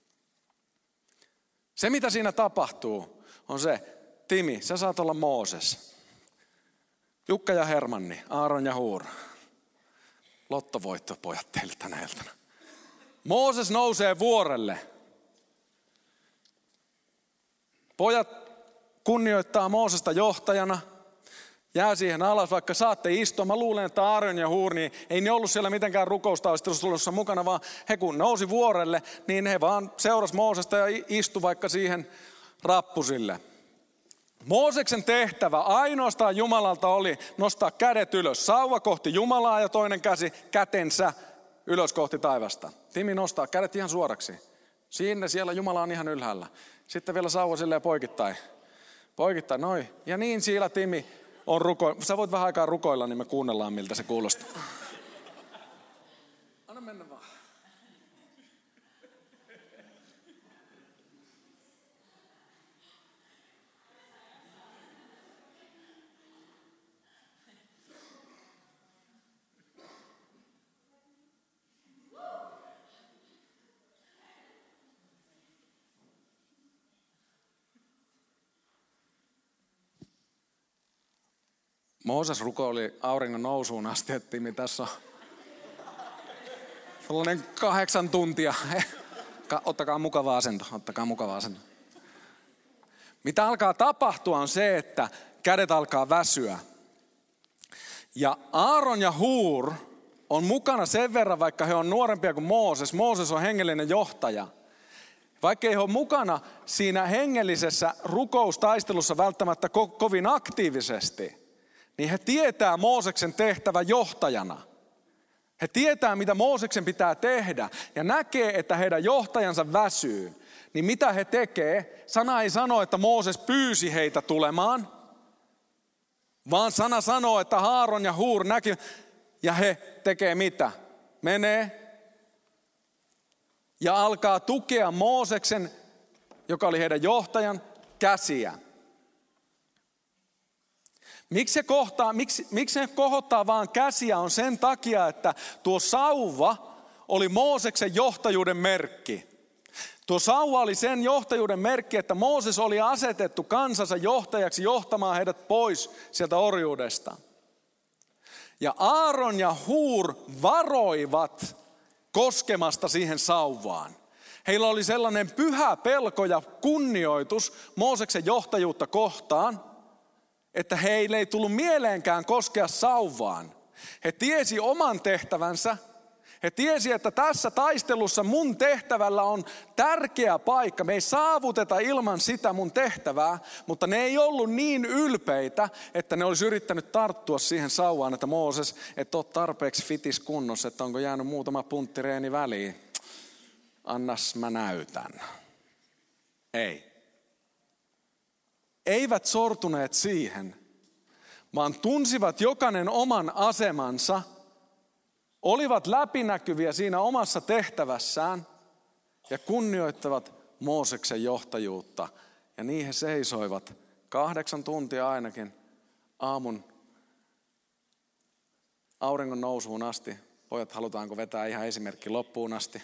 Se mitä siinä tapahtuu on se, Timi, sä saat olla Mooses. Jukka ja Hermanni, Aaron ja Huur. Lottovoitto pojat teille tänä iltana. Mooses nousee vuorelle. Pojat kunnioittaa Moosesta johtajana. Jää siihen alas, vaikka saatte istua. Mä luulen, että Aaron ja Huur, niin ei ne ollut siellä mitenkään rukoustaistelussa mukana, vaan he kun nousi vuorelle, niin he vaan seurasi Moosesta ja istu vaikka siihen rappusille. Mooseksen tehtävä ainoastaan Jumalalta oli nostaa kädet ylös. Sauva kohti Jumalaa ja toinen käsi kätensä ylös kohti taivasta. Timi nostaa kädet ihan suoraksi. Siinä siellä Jumala on ihan ylhäällä. Sitten vielä sauva silleen poikittain. Poikittain, noin. Ja niin siellä Timi on rukoilla. Sä voit vähän aikaa rukoilla, niin me kuunnellaan miltä se kuulostaa. Anna mennä vaan. Mooses rukoili auringon nousuun asti, että Timi, tässä on sellainen kahdeksan tuntia. Ottakaa mukava asento, ottakaa mukava asento. Mitä alkaa tapahtua on se, että kädet alkaa väsyä. Ja Aaron ja Huur on mukana sen verran, vaikka he on nuorempia kuin Mooses. Mooses on hengellinen johtaja. Vaikka ei ole mukana siinä hengellisessä rukoustaistelussa välttämättä ko- kovin aktiivisesti, niin he tietää Mooseksen tehtävän johtajana. He tietää, mitä Mooseksen pitää tehdä ja näkee, että heidän johtajansa väsyy. Niin mitä he tekee? Sana ei sano, että Mooses pyysi heitä tulemaan, vaan sana sanoo, että Aaron ja Huur näki ja he tekee mitä? Menee ja alkaa tukea Mooseksen, joka oli heidän johtajan, käsiä. Miksi se, kohtaa, miksi, miksi se kohottaa vaan käsiä on sen takia, että tuo sauva oli Mooseksen johtajuuden merkki. Tuo sauva oli sen johtajuuden merkki, että Mooses oli asetettu kansansa johtajaksi johtamaan heidät pois sieltä orjuudesta. Ja Aaron ja Huur varoivat koskemasta siihen sauvaan. Heillä oli sellainen pyhä pelko ja kunnioitus Mooseksen johtajuutta kohtaan, että heille ei tullut mieleenkään koskea sauvaan. He tiesi oman tehtävänsä. He tiesi, että tässä taistelussa mun tehtävällä on tärkeä paikka. Me ei saavuteta ilman sitä mun tehtävää, mutta ne ei ollut niin ylpeitä, että ne olisi yrittänyt tarttua siihen sauvaan, että Mooses, et ole tarpeeksi fitis kunnossa, että onko jäänyt muutama punttireeni väliin. Annas mä näytän. Ei. Eivät sortuneet siihen, vaan tunsivat jokainen oman asemansa, olivat läpinäkyviä siinä omassa tehtävässään ja kunnioittavat Mooseksen johtajuutta. Ja niin he seisoivat kahdeksan tuntia ainakin aamun auringon nousuun asti. Pojat, halutaanko vetää ihan esimerkki loppuun asti?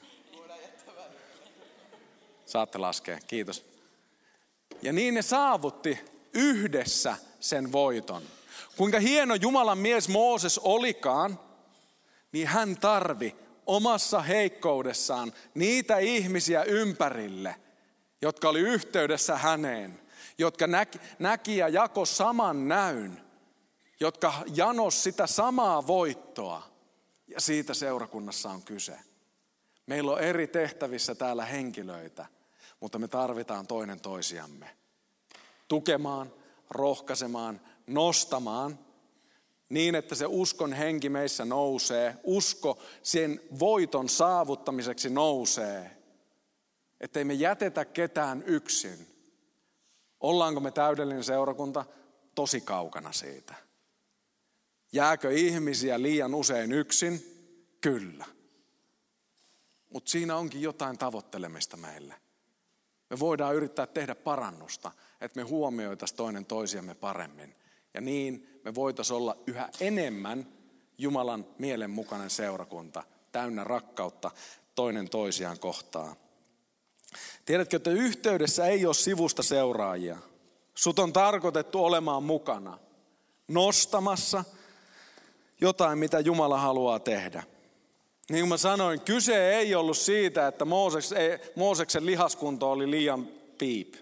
Saatte laskea, kiitos. Ja niin ne saavutti yhdessä sen voiton. Kuinka hieno Jumalan mies Mooses olikaan, niin hän tarvi omassa heikkoudessaan niitä ihmisiä ympärille, jotka oli yhteydessä häneen, jotka näki, näki ja jako saman näyn, jotka janos sitä samaa voittoa. Ja siitä seurakunnassa on kyse. Meillä on eri tehtävissä täällä henkilöitä, mutta me tarvitaan toinen toisiamme. Tukemaan, rohkaisemaan, nostamaan niin, että se uskon henki meissä nousee. Usko sen voiton saavuttamiseksi nousee. Että ei me jätetä ketään yksin. Ollaanko me täydellinen seurakunta? Tosi kaukana siitä. Jääkö ihmisiä liian usein yksin? Kyllä. Mutta siinä onkin jotain tavoittelemista meille. Me voidaan yrittää tehdä parannusta, että me huomioitaisiin toinen toisiamme paremmin. Ja niin me voitaisiin olla yhä enemmän Jumalan mielenmukainen seurakunta, täynnä rakkautta toinen toisiaan kohtaan. Tiedätkö, että yhteydessä ei ole sivusta seuraajia. Sut on tarkoitettu olemaan mukana, nostamassa jotain, mitä Jumala haluaa tehdä. Niin kuin mä sanoin, kyse ei ollut siitä, että Mooses, ei, Mooseksen lihaskunto oli liian piip.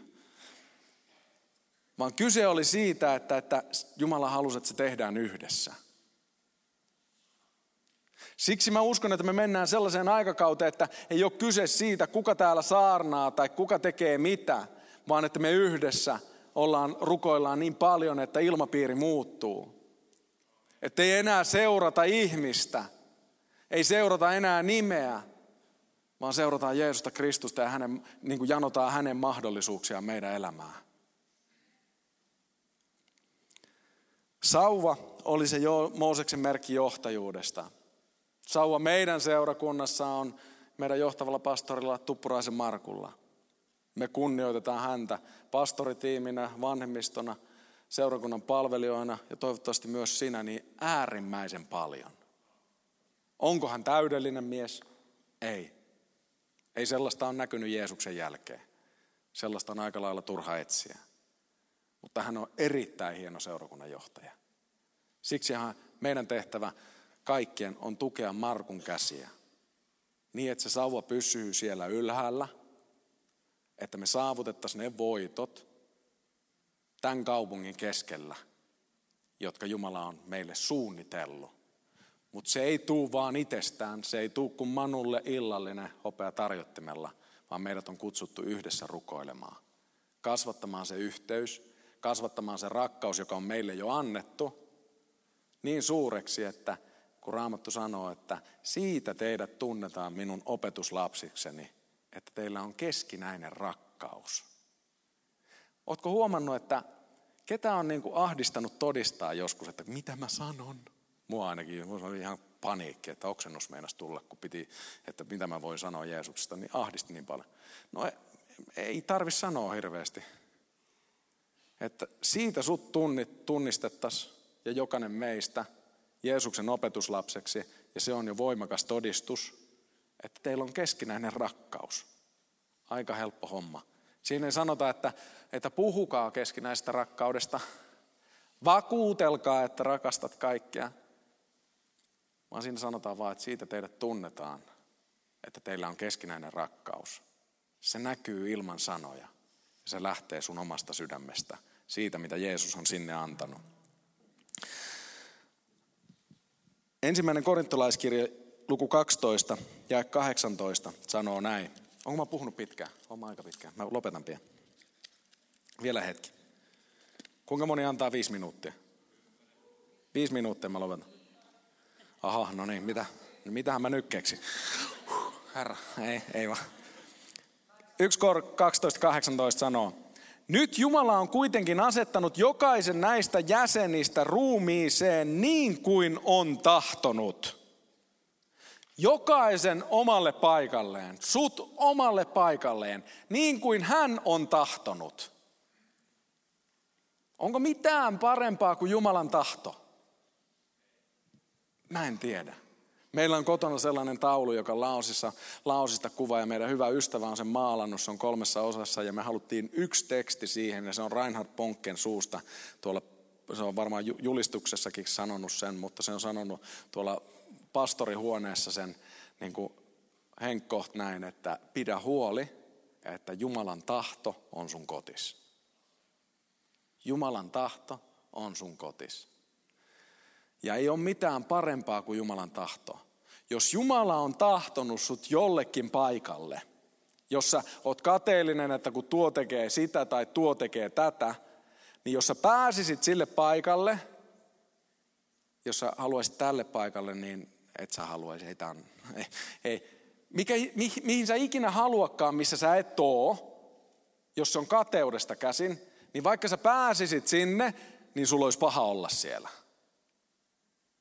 Vaan kyse oli siitä, että, että Jumala halusi, että se tehdään yhdessä. Siksi mä uskon, että me mennään sellaiseen aikakauteen, että ei ole kyse siitä, kuka täällä saarnaa tai kuka tekee mitä, vaan että me yhdessä ollaan, rukoillaan niin paljon, että ilmapiiri muuttuu. Että ei enää seurata ihmistä, ei seurata enää nimeä, vaan seurataan Jeesusta Kristusta ja hänen, niin kuin janotaan hänen mahdollisuuksiaan meidän elämään. Sauva oli se jo, Mooseksen merkki johtajuudesta. Sauva meidän seurakunnassa on meidän johtavalla pastorilla Tuppuraisen Markulla. Me kunnioitetaan häntä pastoritiiminä, vanhemmistona, seurakunnan palvelijoina ja toivottavasti myös sinä niin äärimmäisen paljon. Onko hän täydellinen mies? Ei. Ei sellaista ole näkynyt Jeesuksen jälkeen. Sellaista on aika lailla turha etsiä. Mutta hän on erittäin hieno seurakunnan johtaja. Siksihän meidän tehtävä kaikkien on tukea Markun käsiä. Niin, että se sauva pysyy siellä ylhäällä. Että me saavutettaisiin ne voitot tämän kaupungin keskellä, jotka Jumala on meille suunnitellut. Mutta se ei tule vaan itsestään, se ei tule kuin Manulle illallinen hopea tarjottimella, vaan meidät on kutsuttu yhdessä rukoilemaan. Kasvattamaan se yhteys, kasvattamaan se rakkaus, joka on meille jo annettu, niin suureksi, että kun Raamattu sanoo, että siitä teidät tunnetaan minun opetuslapsikseni, että teillä on keskinäinen rakkaus. Ootko huomannut, että ketä on niin kuin ahdistanut todistaa joskus, että mitä mä sanon? Mua ainakin, mua oli ihan paniikki, että oksennus meinasi tulla, kun piti, että mitä mä voin sanoa Jeesuksesta, niin ahdisti niin paljon. No ei, ei tarvitse sanoa hirveästi. Että siitä sut tunnistettaisiin ja jokainen meistä Jeesuksen opetuslapseksi, ja se on jo voimakas todistus, että teillä on keskinäinen rakkaus. Aika helppo homma. Siinä ei sanota, että, että puhukaa keskinäisestä rakkaudesta, vakuutelkaa, että rakastat kaikkia, vaan siinä sanotaan vaan, että siitä teidät tunnetaan, että teillä on keskinäinen rakkaus. Se näkyy ilman sanoja ja se lähtee sun omasta sydämestä, siitä mitä Jeesus on sinne antanut. Ensimmäinen korintolaiskirja, luku kaksitoista ja kahdeksantoista sanoo näin. Onko mä puhunut pitkään? Olen aika pitkään. Mä lopetan pian. Vielä hetki. Kuinka moni antaa viisi minuuttia? Viisi minuuttia mä lopetan. Aha, no niin, mitä? No mitähän mä nyt keksin? Huh, herra, ei, ei vaan. yksi kaksitoista kahdeksantoista sanoo. Nyt Jumala on kuitenkin asettanut jokaisen näistä jäsenistä ruumiiseen niin kuin on tahtonut. Jokaisen omalle paikalleen, sut omalle paikalleen, niin kuin hän on tahtonut. Onko mitään parempaa kuin Jumalan tahto? Mä en tiedä. Meillä on kotona sellainen taulu, joka lausissa, lausista kuvaa ja meidän hyvä ystävä on sen maalannut. Se on kolmessa osassa ja me haluttiin yksi teksti siihen ja se on Reinhard Bonken suusta. Tuolla, se on varmaan julistuksessakin sanonut sen, mutta se on sanonut tuolla pastorihuoneessa sen niin kuin henkkoht näin, että pidä huoli, että Jumalan tahto on sun kotis. Jumalan tahto on sun kotis. Ja ei ole mitään parempaa kuin Jumalan tahto. Jos Jumala on tahtonut sut jollekin paikalle, jos sä oot kateellinen, että kun tuo tekee sitä tai tuo tekee tätä, niin jos sä pääsisit sille paikalle, jos sä haluaisit tälle paikalle, niin et sä haluaisi. Ei, tämän, ei, ei. Mikä, mi, mihin sä ikinä haluakaan, missä sä et oo, jos se on kateudesta käsin, niin vaikka sä pääsisit sinne, niin sulla olisi paha olla siellä.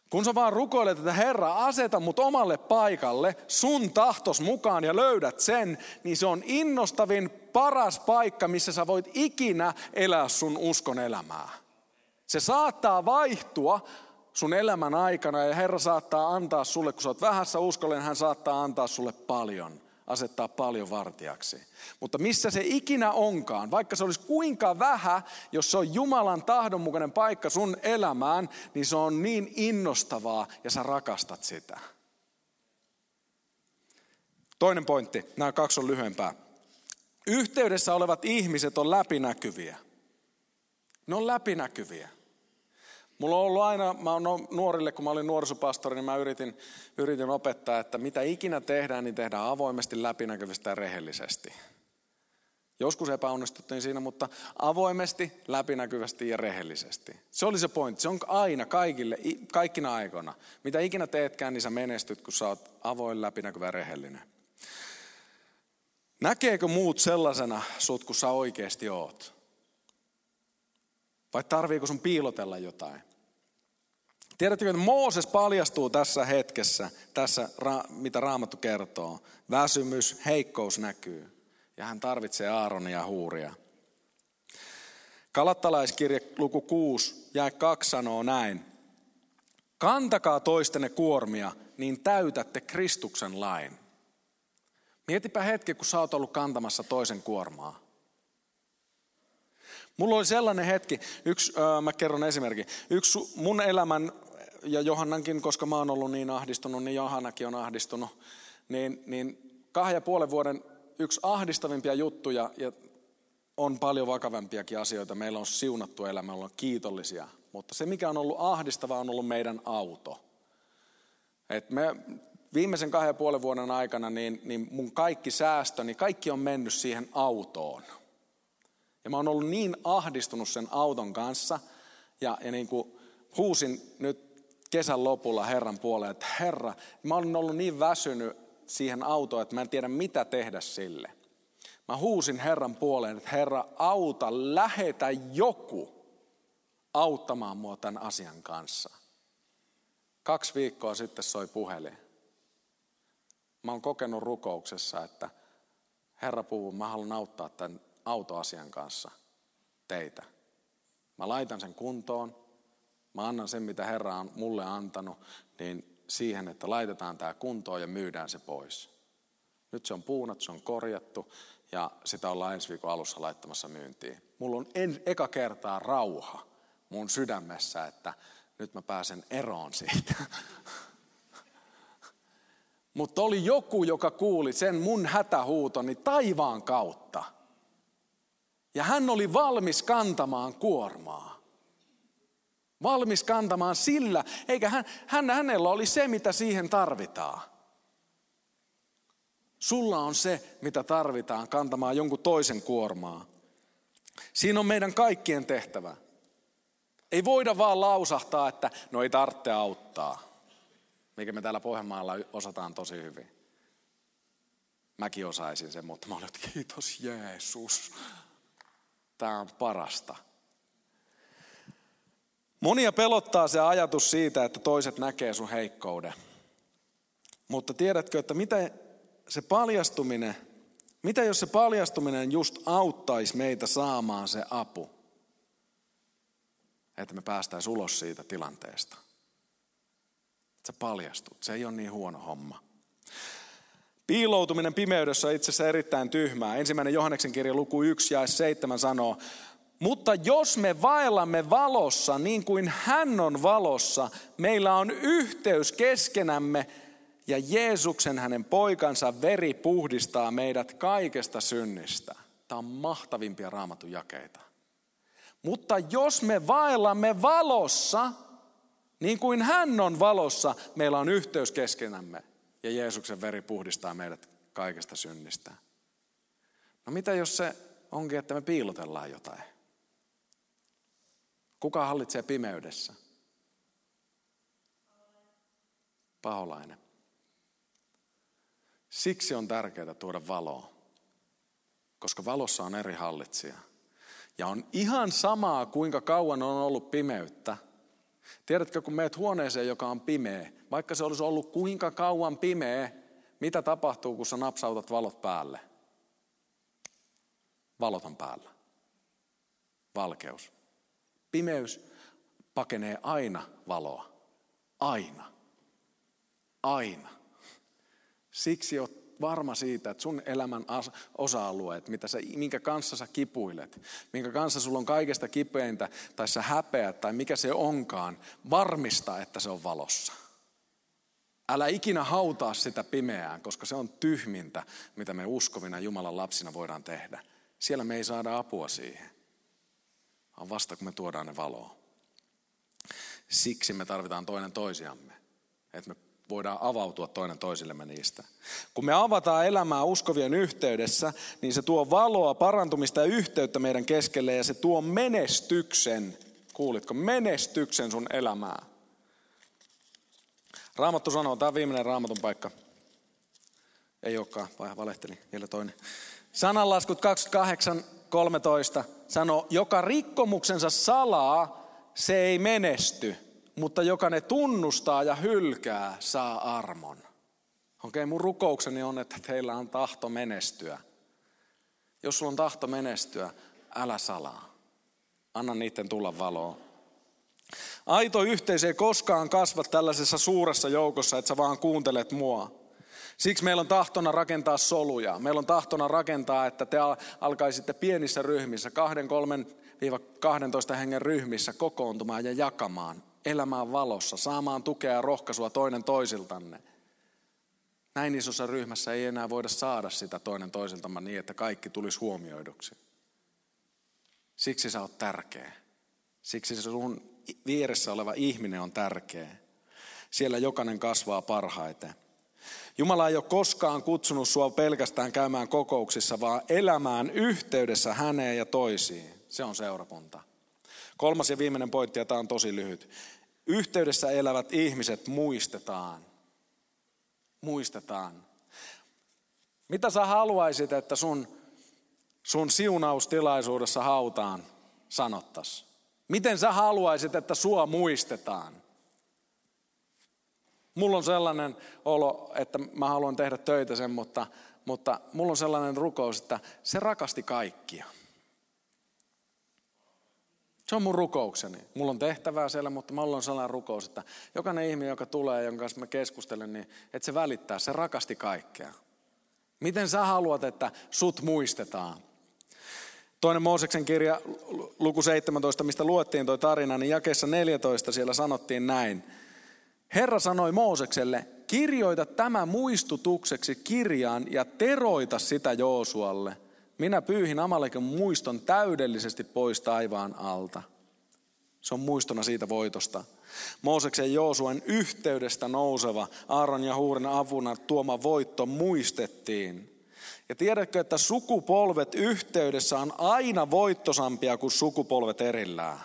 Kun sä vaan rukoilet, että Herra, aseta mut omalle paikalle sun tahtos mukaan ja löydät sen, niin se on innostavin, paras paikka, missä sä voit ikinä elää sun uskon elämää. Se saattaa vaihtua sun elämän aikana ja Herra saattaa antaa sulle, kun sä oot vähässä uskolla, niin hän saattaa antaa sulle paljon, asettaa paljon vartijaksi. Mutta missä se ikinä onkaan, vaikka se olisi kuinka vähän, jos se on Jumalan tahdonmukainen paikka sun elämään, niin se on niin innostavaa ja sä rakastat sitä. Toinen pointti, nämä kaksi on lyhyempää. Yhteydessä olevat ihmiset on läpinäkyviä. Ne on läpinäkyviä. Mulla on ollut aina, mä oon nuorille, kun mä olin nuorisopastori, niin mä yritin, yritin opettaa, että mitä ikinä tehdään, niin tehdään avoimesti, läpinäkyvästi ja rehellisesti. Joskus epäonnistuttiin siinä, mutta avoimesti, läpinäkyvästi ja rehellisesti. Se oli se pointti. Se on aina kaikille, kaikkina aikoina. Mitä ikinä teetkään, niin sä menestyt, kun sä oot avoin, läpinäkyvä ja rehellinen. Näkeekö muut sellaisena sut, kun sä oikeasti oot? Vai tarviiko sun piilotella jotain? Tiedättekö, että Mooses paljastuu tässä hetkessä, tässä mitä Raamattu kertoo. Väsymys, heikkous näkyy. Ja hän tarvitsee Aaronia ja Huuria. Galattalaiskirje luku kuusi, jae kaksi sanoo näin. Kantakaa toistenne kuormia, niin täytätte Kristuksen lain. Mietipä hetki, kun sä oot ollut kantamassa toisen kuormaa. Mulla oli sellainen hetki, yksi, äh, mä kerron esimerkin, yksi mun elämän ja Johannankin, koska mä oon ollut niin ahdistunut, niin Johannakin on ahdistunut, niin, niin kahden ja puolen vuoden yksi ahdistavimpia juttuja ja on paljon vakavampiakin asioita. Meillä on siunattu elämä, ollaan kiitollisia, mutta se mikä on ollut ahdistavaa on ollut meidän auto. Et me viimeisen kahden ja puolen vuoden aikana niin, niin mun kaikki säästöni, kaikki on mennyt siihen autoon. Ja mä oon ollut niin ahdistunut sen auton kanssa ja, ja niin kuin huusin nyt kesän lopulla Herran puoleen, että Herra, mä oon ollut niin väsynyt siihen autoon, että mä en tiedä mitä tehdä sille. Mä huusin Herran puoleen, että Herra, auta, lähetä joku auttamaan mua tämän asian kanssa. Kaksi viikkoa sitten soi puhelin. Mä oon kokenut rukouksessa, että Herra puhuu, mä haluan auttaa tämän autoasian kanssa teitä. Mä laitan sen kuntoon, mä annan sen mitä Herra on mulle antanut, niin siihen, että laitetaan tää kuntoon ja myydään se pois. Nyt se on puunat, se on korjattu ja sitä ollaan ensi viikon alussa laittamassa myyntiin. Mulla on en, eka kertaa rauha mun sydämessä, että nyt mä pääsen eroon siitä. Mutta oli joku, joka kuuli sen mun hätähuutoni taivaan kautta. Ja hän oli valmis kantamaan kuormaa. Valmis kantamaan sillä, eikä hän, hän, hänellä oli se, mitä siihen tarvitaan. Sulla on se, mitä tarvitaan kantamaan jonkun toisen kuormaa. Siinä on meidän kaikkien tehtävä. Ei voida vaan lausahtaa, että no ei tarvitse auttaa. Mikä me täällä Pohjanmaalla osataan tosi hyvin. Mäkin osaisin sen, mutta mä olin, että kiitos Jeesus. Tämä on parasta. Monia pelottaa se ajatus siitä, että toiset näkee sun heikkouden. Mutta tiedätkö, että mitä se paljastuminen, mitä jos se paljastuminen just auttaisi meitä saamaan se apu, että me päästäisiin ulos siitä tilanteesta. Että sä paljastut, se ei ole niin huono homma. Piiloutuminen pimeydessä on itse asiassa erittäin tyhmää. Ensimmäinen Johanneksen kirja luku yksi jae seitsemän sanoo, mutta jos me vaellamme valossa niin kuin hän on valossa, meillä on yhteys keskenämme ja Jeesuksen hänen poikansa veri puhdistaa meidät kaikesta synnistä. Tämä on mahtavimpia Raamatun jakeita. Mutta jos me vaellamme valossa, niin kuin hän on valossa, meillä on yhteys keskenämme. Ja Jeesuksen veri puhdistaa meidät kaikesta synnistä. No mitä jos se onkin, että me piilotellaan jotain? Kuka hallitsee pimeydessä? Paholainen. Siksi on tärkeää tuoda valoa, koska valossa on eri hallitsija. Ja on ihan samaa, kuinka kauan on ollut pimeyttä. Tiedätkö, kun meet huoneeseen, joka on pimeä, vaikka se olisi ollut kuinka kauan pimeä, mitä tapahtuu, kun sä napsautat valot päälle? Valot on päällä. Valkeus. Pimeys pakenee aina valoa. Aina. Aina. Siksi oot varma siitä, että sun elämän osa-alueet, mitä sä, minkä kanssa sä kipuilet, minkä kanssa sulla on kaikesta kipeintä, tai sä häpeät, tai mikä se onkaan, varmista, että se on valossa. Älä ikinä hautaa sitä pimeään, koska se on tyhmintä, mitä me uskovina Jumalan lapsina voidaan tehdä. Siellä me ei saada apua siihen, vaan vasta kun me tuodaan ne valoa. Siksi me tarvitaan toinen toisiamme, että me voidaan avautua toinen toisillemme niistä. Kun me avataan elämää uskovien yhteydessä, niin se tuo valoa, parantumista ja yhteyttä meidän keskelle ja se tuo menestyksen, kuulitko, menestyksen sun elämää. Raamattu sanoo, tämä on viimeinen Raamatun paikka. Ei olekaan, vai valehteli, vielä toinen. Sananlaskut kaksikymmentäkahdeksan kolmetoista sanoo, joka rikkomuksensa salaa, se ei menesty, mutta joka ne tunnustaa ja hylkää, saa armon. Okei, mun rukoukseni on, että teillä on tahto menestyä. Jos sulla on tahto menestyä, älä salaa. Anna niiden tulla valoon. Aito yhteisö ei koskaan kasva tällaisessa suuressa joukossa, että sä vaan kuuntelet mua. Siksi meillä on tahtona rakentaa soluja. Meillä on tahtona rakentaa, että te alkaisitte pienissä ryhmissä, kahden, kolmen, viiva kahdentoista hengen ryhmissä kokoontumaan ja jakamaan, elämään valossa, saamaan tukea ja rohkaisua toinen toisiltanne. Näin isossa ryhmässä ei enää voida saada sitä toinen toisiltamme niin, että kaikki tulisi huomioiduksi. Siksi sä oot tärkeä. Siksi se sun vieressä oleva ihminen on tärkeä. Siellä jokainen kasvaa parhaiten. Jumala ei ole koskaan kutsunut sua pelkästään käymään kokouksissa, vaan elämään yhteydessä häneen ja toisiin. Se on seurakunta. Kolmas ja viimeinen pointti, ja tämä on tosi lyhyt. Yhteydessä elävät ihmiset muistetaan. Muistetaan. Mitä sä haluaisit, että sun, sun siunaustilaisuudessa hautaan sanottas? Miten sä haluaisit, että sua muistetaan? Mulla on sellainen olo, että mä haluan tehdä töitä sen, mutta, mutta mulla on sellainen rukous, että se rakasti kaikkia. Se on mun rukoukseni. Mulla on tehtävää siellä, mutta mulla on sellainen rukous, että jokainen ihminen, joka tulee, jonka kanssa mä keskustelen, niin että se välittää, se rakasti kaikkea. Miten sä haluat, että sut muistetaan? Toinen Mooseksen kirja, luku seitsemäntoista, mistä luettiin toi tarina, niin jakeessa neljätoista siellä sanottiin näin. Herra sanoi Moosekselle, kirjoita tämä muistutukseksi kirjaan ja teroita sitä Joosualle. Minä pyyhin Amalekin muiston täydellisesti pois taivaan alta. Se on muistona siitä voitosta. Mooseksen ja Joosuan yhteydestä nouseva Aaron ja Huurin avuna tuoma voitto muistettiin. Ja tiedätkö, että sukupolvet yhteydessä on aina voittosampia kuin sukupolvet erillään.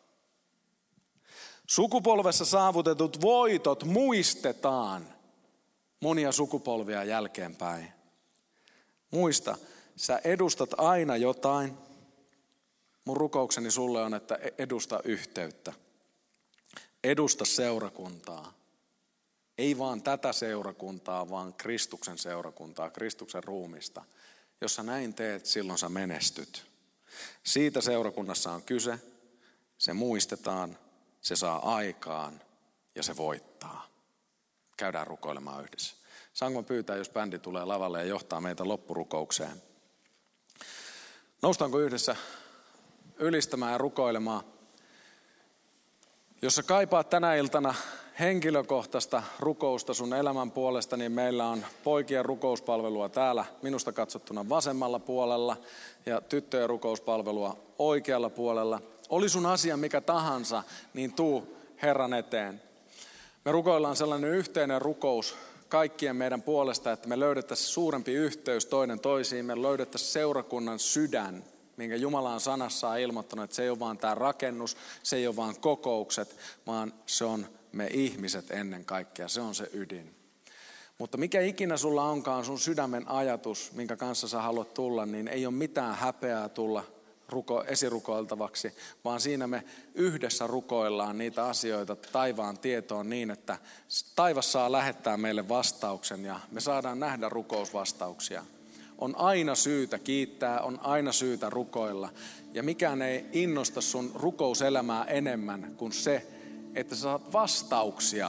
Sukupolvessa saavutetut voitot muistetaan monia sukupolvia jälkeenpäin. Muista, sä edustat aina jotain. Mun rukoukseni sulle on, että edusta yhteyttä. Edusta seurakuntaa. Ei vaan tätä seurakuntaa, vaan Kristuksen seurakuntaa, Kristuksen ruumista. Jos sä näin teet, silloin sä menestyt. Siitä seurakunnassa on kyse. Se muistetaan, se saa aikaan ja se voittaa. Käydään rukoilemaan yhdessä. Saanko pyytää, jos bändi tulee lavalle ja johtaa meitä loppurukoukseen? Noustaanko yhdessä ylistämään ja rukoilemaan? Jos sä kaipaat tänä iltana henkilökohtaista rukousta sun elämän puolesta, niin meillä on poikien rukouspalvelua täällä minusta katsottuna vasemmalla puolella ja tyttöjen rukouspalvelua oikealla puolella. Oli sun asia mikä tahansa, niin tuu Herran eteen. Me rukoillaan sellainen yhteinen rukous kaikkien meidän puolesta, että me löydettäisiin suurempi yhteys toinen toisiin, me löydettäisiin seurakunnan sydän, minkä Jumala on sanassaan ilmoittanut, että se ei ole vaan tämä rakennus, se ei ole vaan kokoukset, vaan se on me ihmiset ennen kaikkea, se on se ydin. Mutta mikä ikinä sulla onkaan sun sydämen ajatus, minkä kanssa sä haluat tulla, niin ei ole mitään häpeää tulla ruko, esirukoiltavaksi, vaan siinä me yhdessä rukoillaan niitä asioita taivaan tietoon niin, että taivas saa lähettää meille vastauksen ja me saadaan nähdä rukousvastauksia. On aina syytä kiittää, on aina syytä rukoilla ja mikään ei innosta sun rukouselämää enemmän kuin se, että sä saat vastauksia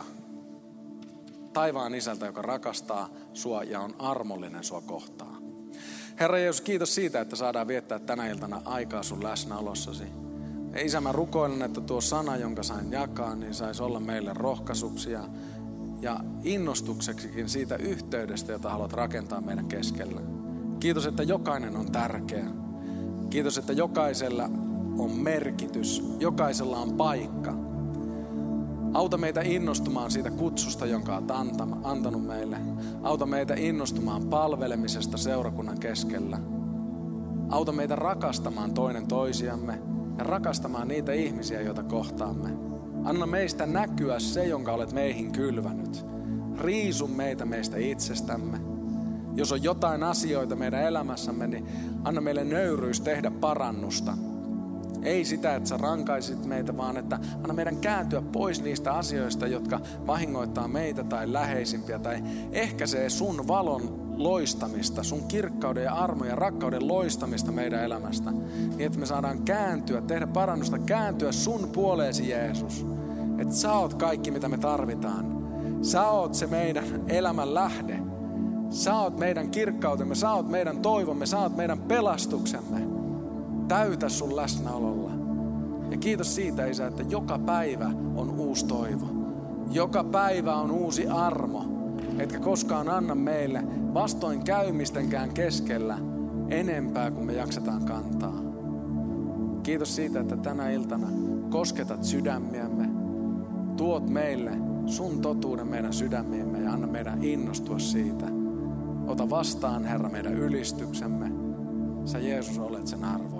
taivaan isältä, joka rakastaa sua ja on armollinen sua kohtaan. Herra Jeesus, kiitos siitä, että saadaan viettää tänä iltana aikaa sun läsnäolossasi. Ja Isä, mä rukoilen, että tuo sana, jonka sain jakaa, niin saisi olla meille rohkaisuksi ja, ja innostukseksikin siitä yhteydestä, jota haluat rakentaa meidän keskellä. Kiitos, että jokainen on tärkeä. Kiitos, että jokaisella on merkitys, jokaisella on paikka. Auta meitä innostumaan siitä kutsusta, jonka olet antanut meille. Auta meitä innostumaan palvelemisesta seurakunnan keskellä. Auta meitä rakastamaan toinen toisiamme ja rakastamaan niitä ihmisiä, joita kohtaamme. Anna meistä näkyä se, jonka olet meihin kylvänyt. Riisu meitä meistä itsestämme. Jos on jotain asioita meidän elämässämme, niin anna meille nöyryys tehdä parannusta. Ei sitä, että sä rankaisit meitä, vaan että anna meidän kääntyä pois niistä asioista, jotka vahingoittaa meitä tai läheisimpiä. Tai ehkäisee sun valon loistamista, sun kirkkauden ja armon ja rakkauden loistamista meidän elämästä. Niin, että me saadaan kääntyä, tehdä parannusta, kääntyä sun puoleesi, Jeesus. Että sä oot kaikki, mitä me tarvitaan. Sä oot se meidän elämän lähde. Sä oot meidän kirkkautemme, sä oot meidän toivomme, sä oot meidän pelastuksemme. Täytä sun läsnäololla. Ja kiitos siitä, Isä, että joka päivä on uusi toivo. Joka päivä on uusi armo. Etkä koskaan anna meille vastoin käymistenkään keskellä enempää kuin me jaksetaan kantaa. Kiitos siitä, että tänä iltana kosketat sydämiämme. Tuot meille sun totuuden meidän sydämiimme ja anna meidän innostua siitä. Ota vastaan, Herra, meidän ylistyksemme. Sä, Jeesus, olet sen arvo.